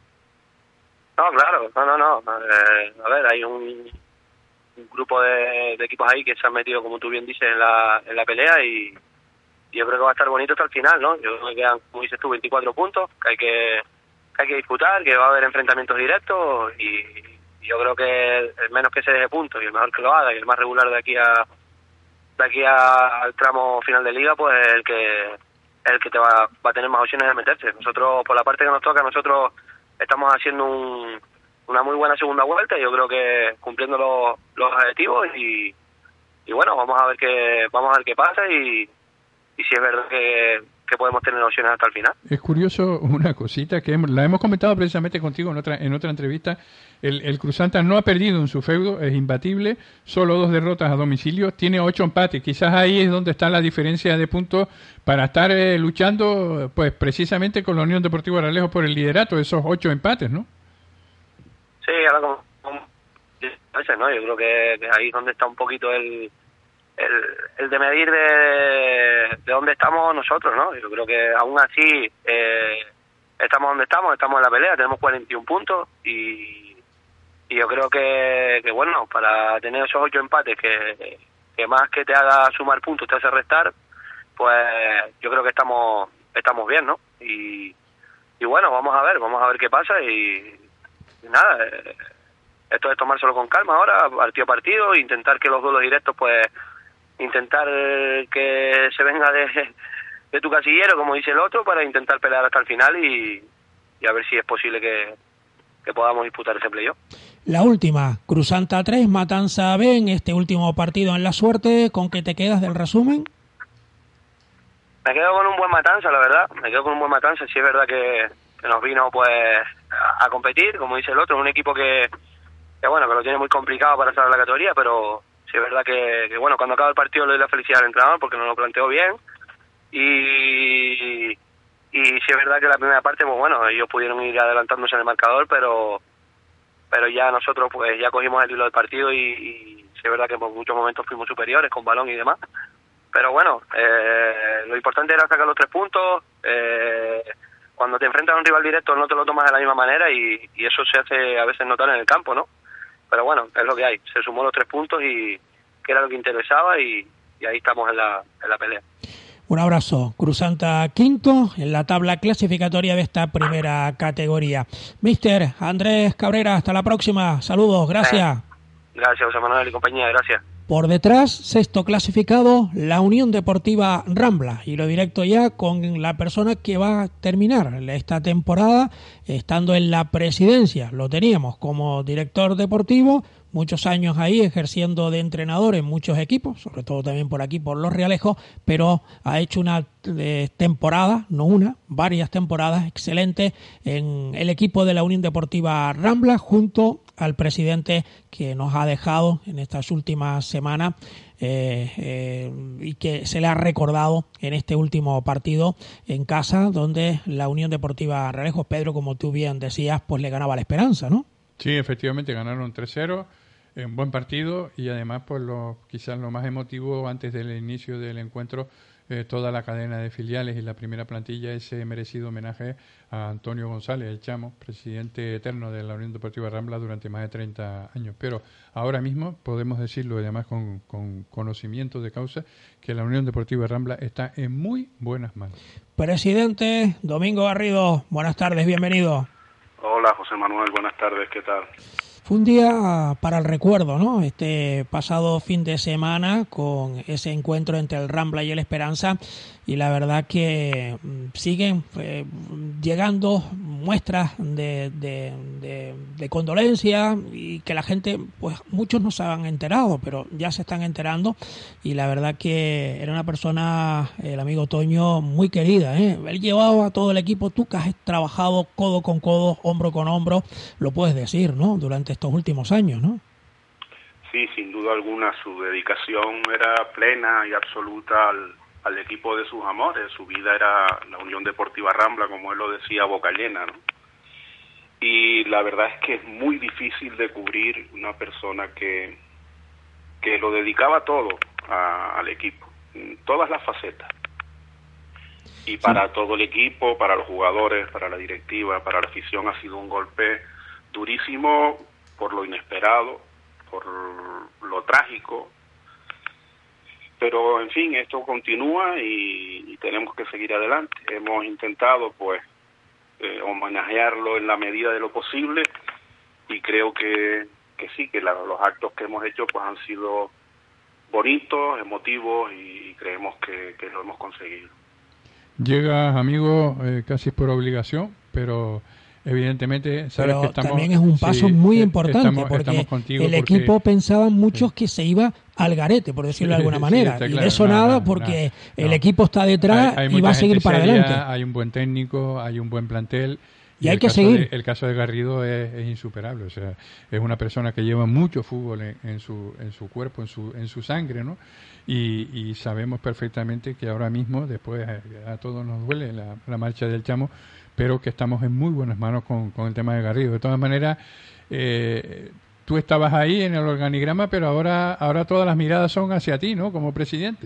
No, claro, no, no, no. Eh, a ver, hay un, un grupo de, de equipos ahí que se han metido, como tú bien dices, en la, en la pelea y, y yo creo que va a estar bonito hasta el final, ¿no? Yo creo que quedan, como dices tú, veinticuatro puntos que hay que, que hay que disputar, que va a haber enfrentamientos directos y, y yo creo que el, el menos que se deje puntos y el mejor que lo haga y el más regular de aquí a de aquí a, al tramo final de liga, pues el que el que te va, va a tener más opciones de meterse. Nosotros, por la parte que nos toca, nosotros estamos haciendo un, una muy buena segunda vuelta, yo creo que cumpliendo los, los objetivos y, y bueno, vamos a ver qué vamos a ver qué pasa y, y si es verdad que, que podemos tener opciones hasta el final. Es curioso una cosita que hemos, la hemos comentado precisamente contigo en otra en otra entrevista. El, el Cruzanta no ha perdido en su feudo, es imbatible, solo dos derrotas a domicilio, tiene ocho empates. Quizás ahí es donde está la diferencia de puntos para estar eh, luchando, pues precisamente con la Unión Deportiva Realejo por el liderato, esos ocho empates, ¿no? Sí, ahora como, como a veces, ¿no? Yo creo que, que ahí es donde está un poquito el el, el de medir de, de dónde estamos nosotros, ¿no? Yo creo que aún así eh, estamos donde estamos, estamos en la pelea, tenemos cuarenta y un puntos y Y yo creo que, que, bueno, para tener esos ocho empates que, que más que te haga sumar puntos te hace restar, pues yo creo que estamos estamos bien, ¿no? Y, y bueno, vamos a ver, vamos a ver qué pasa y, y nada, eh, esto es tomárselo con calma ahora, partido a partido, intentar que los duelos directos, pues, intentar que se venga de, de tu casillero, como dice el otro, para intentar pelear hasta el final y, y a ver si es posible que, que podamos disputar ese playoff. La última, Cruzanta tres, Matanza B, en este último partido en la Suerte, ¿con qué te quedas del resumen? Me quedo con un buen Matanza, la verdad, me quedo con un buen Matanza, sí es verdad que, que nos vino pues a, a competir, como dice el otro, es un equipo que, que bueno, que lo tiene muy complicado para estar en la categoría, pero sí es verdad que, que bueno, cuando acaba el partido le doy la felicidad al entrenador porque nos lo planteó bien, y y sí es verdad que la primera parte, pues bueno, ellos pudieron ir adelantándose en el marcador, pero pero ya nosotros pues ya cogimos el hilo del partido y, y sí es verdad que por muchos momentos fuimos superiores con balón y demás, pero bueno, eh, lo importante era sacar los tres puntos. eh, cuando te enfrentas a un rival directo no te lo tomas de la misma manera y, y eso se hace a veces notar en el campo, ¿no? Pero bueno, es lo que hay, se sumó los tres puntos y que era lo que interesaba y, y ahí estamos en la, en la pelea. Un abrazo. Cruzanta quinto en la tabla clasificatoria de esta primera categoría. Mister Andrés Cabrera, hasta la próxima. Saludos, gracias. Eh, gracias, José Manuel y compañía, gracias. Por detrás, sexto clasificado, la Unión Deportiva Rambla. Y lo directo ya con la persona que va a terminar esta temporada estando en la presidencia. Lo teníamos como director deportivo, muchos años ahí ejerciendo de entrenador en muchos equipos, sobre todo también por aquí, por Los Realejos, pero ha hecho una eh, temporada, no una, varias temporadas excelentes en el equipo de la Unión Deportiva Rambla, junto al presidente que nos ha dejado en estas últimas semanas eh, eh, y que se le ha recordado en este último partido en casa, donde la Unión Deportiva Realejos, Pedro, como tú bien decías, pues le ganaba la esperanza, ¿no? Sí, efectivamente, ganaron tres cero, un buen partido y además, pues lo, quizás lo más emotivo antes del inicio del encuentro, eh, toda la cadena de filiales y la primera plantilla, ese merecido homenaje a Antonio González, el Chamo, presidente eterno de la Unión Deportiva Rambla durante más de treinta años. Pero ahora mismo podemos decirlo, y además con, con conocimiento de causa, que la Unión Deportiva Rambla está en muy buenas manos. Presidente Domingo Garrido, buenas tardes, bienvenido. Hola, José Manuel, buenas tardes, ¿qué tal? Fue un día para el recuerdo, ¿no? Este pasado fin de semana con ese encuentro entre el Rambla y el Esperanza, y la verdad que siguen eh, llegando muestras de, de, de, de condolencia y que la gente, pues muchos no se han enterado, pero ya se están enterando, y la verdad que era una persona, el amigo Toño, muy querida, ¿eh? Él llevaba a todo el equipo, tú que has trabajado codo con codo, hombro con hombro, lo puedes decir, ¿no? Durante estos últimos años, ¿no? Sí, sin duda alguna, su dedicación era plena y absoluta al, al equipo de sus amores. Su vida era la Unión Deportiva Rambla, como él lo decía, boca llena, ¿no? Y la verdad es que es muy difícil de cubrir una persona que, que lo dedicaba todo a, al equipo, en todas las facetas. Y para sí. todo el equipo, para los jugadores, para la directiva, para la afición, ha sido un golpe durísimo por lo inesperado, por lo trágico, pero en fin, esto continúa y, y tenemos que seguir adelante. Hemos intentado pues eh, homenajearlo en la medida de lo posible y creo que, que sí, que la, los actos que hemos hecho pues han sido bonitos, emotivos y creemos que, que lo hemos conseguido. Llegas, amigo, eh, casi por obligación, pero evidentemente sabes pero que estamos, también es un paso sí, muy importante estamos, porque estamos contigo el porque, equipo pensaban muchos sí. que se iba al garete, por decirlo sí, de alguna manera, sí, y claro. de eso no, nada no, porque no, el no. equipo está detrás hay, hay y va a seguir para seria, adelante. Hay un buen técnico, hay un buen plantel. Y, y hay el que caso seguir. De, el caso de Garrido es, es insuperable, o sea, es una persona que lleva mucho fútbol en, en su en su cuerpo, en su en su sangre, ¿no? Y, y sabemos perfectamente que ahora mismo, después a, a todos nos duele la, la marcha del Chamo, pero que estamos en muy buenas manos con, con el tema de Garrido. De todas maneras, eh, tú estabas ahí en el organigrama, pero ahora ahora todas las miradas son hacia ti, ¿no? Como presidente.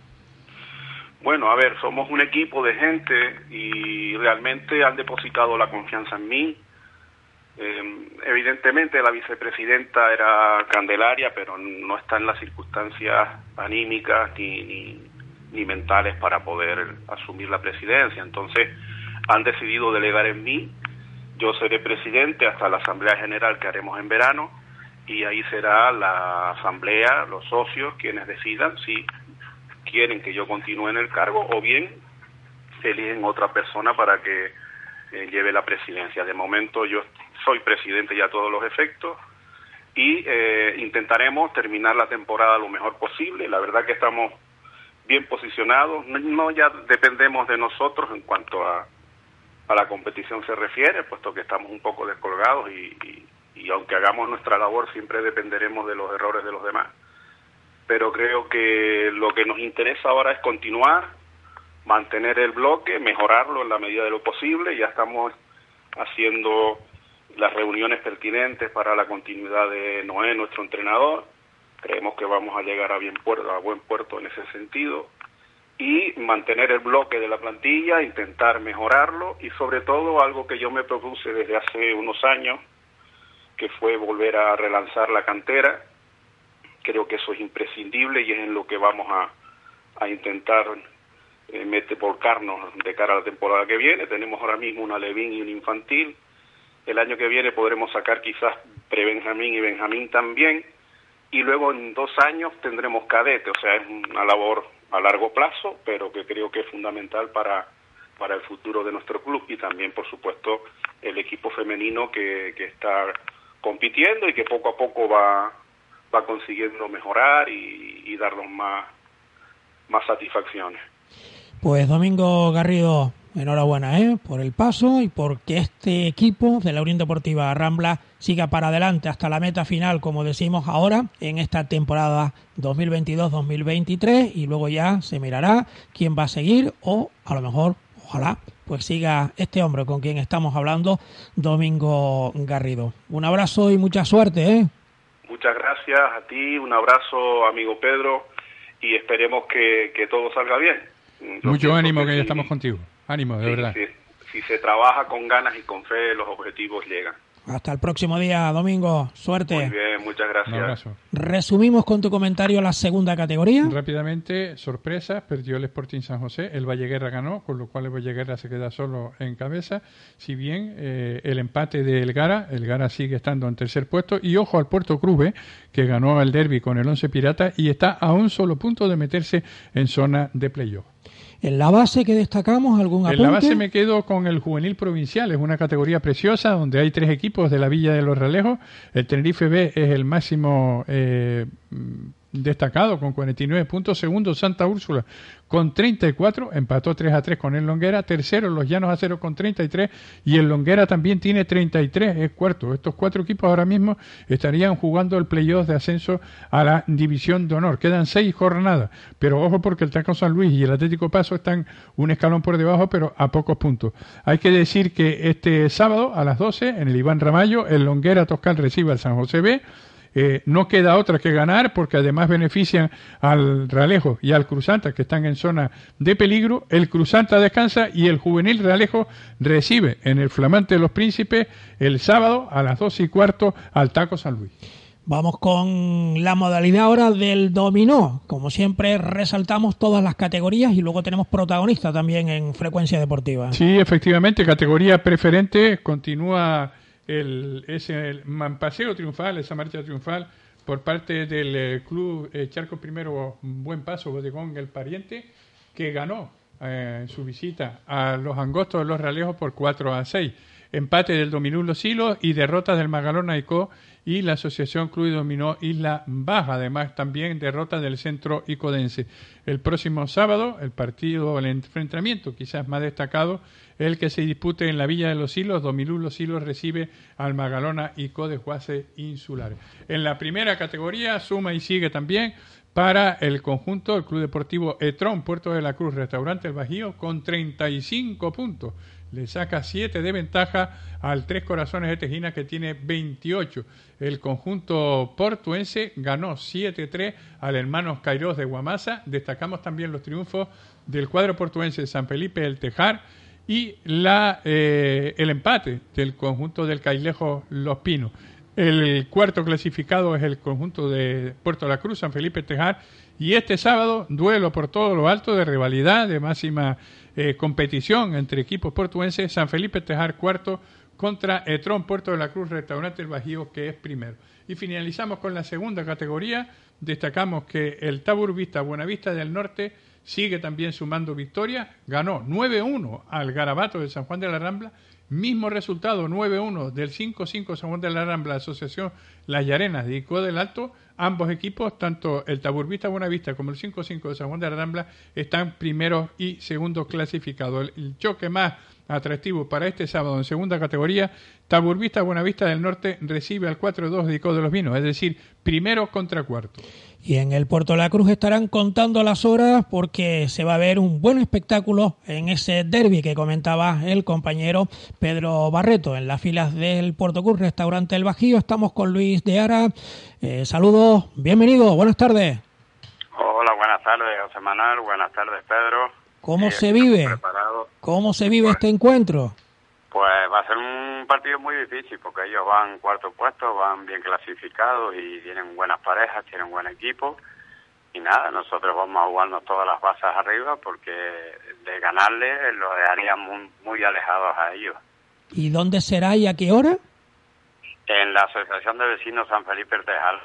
Bueno, a ver, somos un equipo de gente y realmente han depositado la confianza en mí. Eh, evidentemente la vicepresidenta era Candelaria, pero no está en las circunstancias anímicas ni, ni, ni mentales para poder asumir la presidencia. Entonces han decidido delegar en mí. Yo seré presidente hasta la Asamblea General que haremos en verano y ahí será la Asamblea, los socios, quienes decidan si quieren que yo continúe en el cargo o bien eligen otra persona para que eh, lleve la presidencia. De momento yo soy presidente ya a todos los efectos y eh, intentaremos terminar la temporada lo mejor posible. La verdad que estamos bien posicionados, no, no ya dependemos de nosotros en cuanto a a la competición se refiere, puesto que estamos un poco descolgados y, y, y aunque hagamos nuestra labor siempre dependeremos de los errores de los demás. Pero creo que lo que nos interesa ahora es continuar, mantener el bloque, mejorarlo en la medida de lo posible. Ya estamos haciendo las reuniones pertinentes para la continuidad de Noé, nuestro entrenador. Creemos que vamos a llegar a, bien puerto, a buen puerto en ese sentido. Y mantener el bloque de la plantilla, intentar mejorarlo y sobre todo algo que yo me propuse desde hace unos años, que fue volver a relanzar la cantera. Creo que eso es imprescindible y es en lo que vamos a, a intentar eh, meter, volcarnos de cara a la temporada que viene. Tenemos ahora mismo una Levín y un infantil. El año que viene podremos sacar quizás pre-Benjamín y Benjamín también. Y luego en dos años tendremos cadete. O sea, es una labor a largo plazo, pero que creo que es fundamental para, para el futuro de nuestro club y también, por supuesto, el equipo femenino que, que está compitiendo y que poco a poco va, va consiguiendo mejorar y, y darnos más, más satisfacciones. Pues Domingo Garrido, enhorabuena ¿eh? por el paso y porque este equipo de la Unión Deportiva Rambla siga para adelante hasta la meta final, como decimos ahora, en esta temporada dos mil veintidós dos mil veintitrés y luego ya se mirará quién va a seguir o a lo mejor, ojalá, pues siga este hombre con quien estamos hablando, Domingo Garrido. Un abrazo y mucha suerte. ¿eh? Muchas gracias a ti, un abrazo amigo Pedro y esperemos que, que todo salga bien. Yo Mucho ánimo que, que ya sí, estamos contigo. Ánimo, de sí, verdad. Sí, si se trabaja con ganas y con fe, los objetivos llegan. Hasta el próximo día, Domingo. Suerte. Muy bien, muchas gracias. Un abrazo. Resumimos con tu comentario la segunda categoría. Rápidamente, sorpresa, perdió el Sporting San José, el Valleguerra ganó, con lo cual el Valleguerra se queda solo en cabeza, si bien eh, el empate del Gara, el Gara sigue estando en tercer puesto, y ojo al Puerto Cruz, que ganó el derbi con el Once Pirata y está a un solo punto de meterse en zona de playoff. En la base que destacamos, ¿algún apunte? En la base me quedo con el Juvenil Provincial, es una categoría preciosa donde hay tres equipos de la Villa de los Realejos. El Tenerife B es el máximo eh, destacado con cuarenta y nueve puntos, segundo Santa Úrsula con treinta y cuatro, empató tres a tres con el Longuera, tercero Los Llanos Aceros con treinta y tres y el Longuera también tiene treinta y tres, es cuarto. Estos cuatro equipos ahora mismo estarían jugando el playoff de ascenso a la División de Honor. Quedan seis jornadas, pero ojo porque el Taco San Luis y el Atlético Paso están un escalón por debajo, pero a pocos puntos. Hay que decir que este sábado a las doce en el Iván Ramallo el Longuera Toscal recibe al San José B. Eh, no queda otra que ganar porque además benefician al Realejo y al Cruzanta que están en zona de peligro. El Cruzanta descansa y el Juvenil Realejo recibe en el Flamante de los Príncipes el sábado a las doce y cuarto al Taco San Luis. Vamos con la modalidad ahora del dominó. Como siempre resaltamos todas las categorías y luego tenemos protagonistas también en Frecuencia Deportiva. Sí, efectivamente, categoría preferente continúa el ese paseo triunfal, esa marcha triunfal por parte del eh, club eh, Charco Primero Buen Paso Bodegón El Pariente, que ganó eh, en su visita a los Angostos de los Realejos por cuatro a seis. Empate del Dominó Los Hilos y derrotas del Magalona Icó y la Asociación Club y Dominó Isla Baja, además también derrota del Centro Icodense. El próximo sábado, el partido, el enfrentamiento quizás más destacado, el que se dispute en la Villa de Los Hilos. Dominó Los Hilos recibe al Magalona Icó de Juaces Insulares. En la primera categoría suma y sigue también para el conjunto del Club Deportivo Etrón, Puerto de la Cruz, Restaurante El Bajío, con treinta y cinco puntos. Le saca siete de ventaja al Tres Corazones de Tejina, que tiene veintiocho. El conjunto portuense ganó siete tres al Hermanos Cairós de Guamasa. Destacamos también los triunfos del cuadro portuense de San Felipe El Tejar y la eh, el empate del conjunto del Cailejo Los Pinos. El cuarto clasificado es el conjunto de Puerto La Cruz, San Felipe Tejar, y este sábado duelo por todo lo alto de rivalidad, de máxima eh, competición entre equipos portuenses. San Felipe Tejar cuarto contra Etrón Puerto de la Cruz, Restaurante El Bajío, que es primero. Y finalizamos con la segunda categoría. Destacamos que el Taburbista Buenavista del Norte sigue también sumando victorias, ganó nueve uno al Garabato de San Juan de la Rambla, mismo resultado, nueve uno del cinco cinco San Juan de la Rambla, Asociación Las Llarenas de Icó del Alto. Ambos equipos, tanto el Taburbista Buenavista como el cinco cinco de San Juan de la Rambla, están primeros y segundos clasificados. El, el choque más atractivo para este sábado en segunda categoría, Taburbista Buenavista del Norte recibe al cuatro dos de Icó de los Vinos, es decir, primero contra cuarto. Y en el Puerto de la Cruz estarán contando las horas porque se va a ver un buen espectáculo en ese derbi que comentaba el compañero Pedro Barreto. En las filas del Puerto Cruz Restaurante El Bajío estamos con Luis de Ara. Eh, saludos, bienvenido, buenas tardes. Hola, buenas tardes, José Manuel, buenas tardes, Pedro. ¿Cómo eh, se vive? Preparado. ¿Cómo se vive este encuentro? Pues va a ser un partido muy difícil porque ellos van cuarto puesto, van bien clasificados y tienen buenas parejas, tienen buen equipo. Y nada, nosotros vamos a jugarnos todas las bases arriba porque de ganarle lo dejarían muy, muy alejados a ellos. ¿Y dónde será y a qué hora? En la Asociación de Vecinos San Felipe Tejal.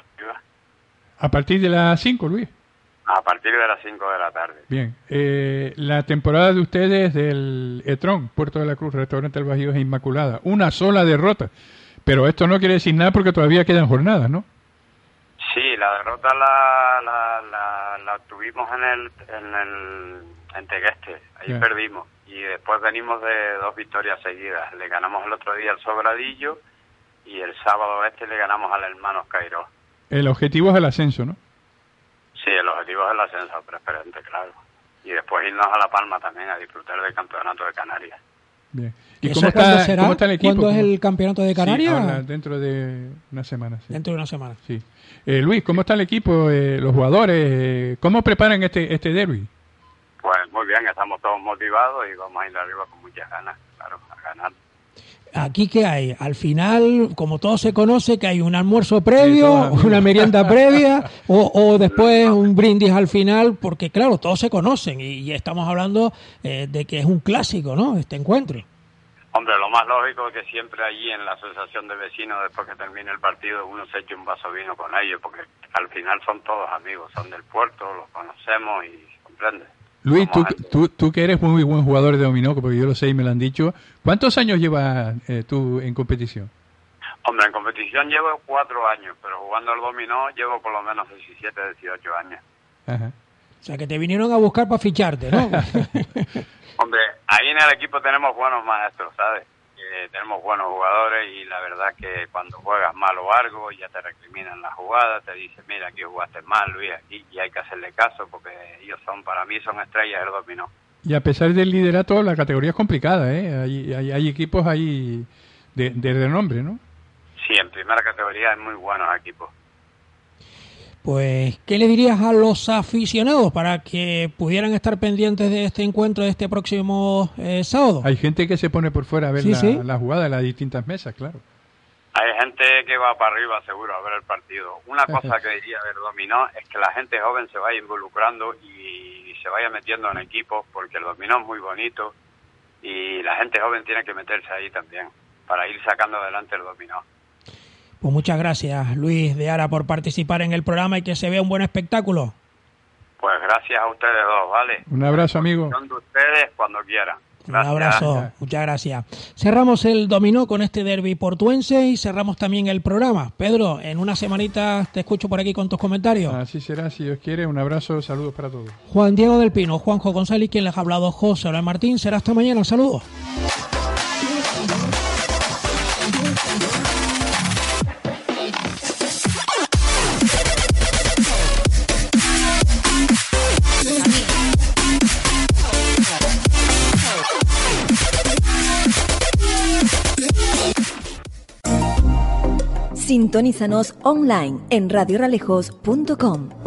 A partir de las cinco, Luis. A partir de las cinco de la tarde. Bien. Eh, la temporada de ustedes del Etrón, Puerto de la Cruz, Restaurante El Bajío, es inmaculada. Una sola derrota. Pero esto no quiere decir nada porque todavía quedan jornadas, ¿no? Sí, la derrota la la, la, la tuvimos en el en el en Tegueste. Ahí yeah. perdimos. Y después venimos de dos victorias seguidas. Le ganamos el otro día al Sobradillo y el sábado este le ganamos al Hermanos Cairó. El objetivo es el ascenso, ¿no? Sí, el objetivo es el ascenso preferente, claro. Y después irnos a La Palma también a disfrutar del Campeonato de Canarias. Bien. ¿Y cómo está, será? cómo está el equipo? ¿Cuándo es el Campeonato de Canarias? Sí, ahora, dentro de una semana. Sí. Dentro de una semana. Sí. Eh, Luis, ¿cómo está el equipo, eh, los jugadores? Eh, ¿Cómo preparan este este derbi? Pues muy bien, estamos todos motivados y vamos a ir arriba con muchas ganas, claro, a ganar. ¿Aquí qué hay? Al final, como todo se conoce, que hay un almuerzo previo, sí, una merienda previa o, o después un brindis al final, porque claro, todos se conocen y, y estamos hablando eh, de que es un clásico, ¿no? Este encuentro. Hombre, lo más lógico es que siempre allí en la asociación de vecinos, después que termine el partido, uno se eche un vaso de vino con ellos, porque al final son todos amigos, son del puerto, los conocemos y comprende. Luis, tú, tú, tú que eres muy buen jugador de dominó, porque yo lo sé y me lo han dicho, ¿cuántos años llevas eh, tú en competición? Hombre, en competición llevo cuatro años, pero jugando al dominó llevo por lo menos diecisiete, dieciocho años. Ajá. O sea, que te vinieron a buscar para ficharte, ¿no? Hombre, ahí en el equipo tenemos buenos maestros, ¿sabes? Eh, tenemos buenos jugadores y la verdad que cuando juegas mal o algo ya te recriminan la jugada, te dicen, mira, aquí jugaste mal, Luis, aquí, y hay que hacerle caso porque ellos son, para mí son estrellas del dominó. Y a pesar del liderato, la categoría es complicada, ¿eh? Hay, hay, hay equipos ahí de, de renombre, ¿no? Sí, en primera categoría hay muy buenos equipos. Pues, ¿qué le dirías a los aficionados para que pudieran estar pendientes de este encuentro de este próximo eh, sábado? Hay gente que se pone por fuera a ver sí, la, sí. la jugada de las distintas mesas, claro. Hay gente que va para arriba seguro a ver el partido. Una cosa que diría del dominó es que la gente joven se vaya involucrando y se vaya metiendo en equipos, porque el dominó es muy bonito y la gente joven tiene que meterse ahí también para ir sacando adelante el dominó. Pues muchas gracias, Luis de Ara, por participar en el programa y que se vea un buen espectáculo. Pues gracias a ustedes dos, ¿vale? Un abrazo, amigo. Son de ustedes cuando quieran. Gracias. Un abrazo, muchas gracias. Cerramos el dominó con este derbi portuense y cerramos también el programa. Pedro, en una semanita te escucho por aquí con tus comentarios. Así será, si Dios quiere. Un abrazo, saludos para todos. Juan Diego del Pino, Juanjo González, quien les ha hablado, José Luis Martín. Será hasta mañana, saludos. Sintonízanos online en radio ralejos punto com.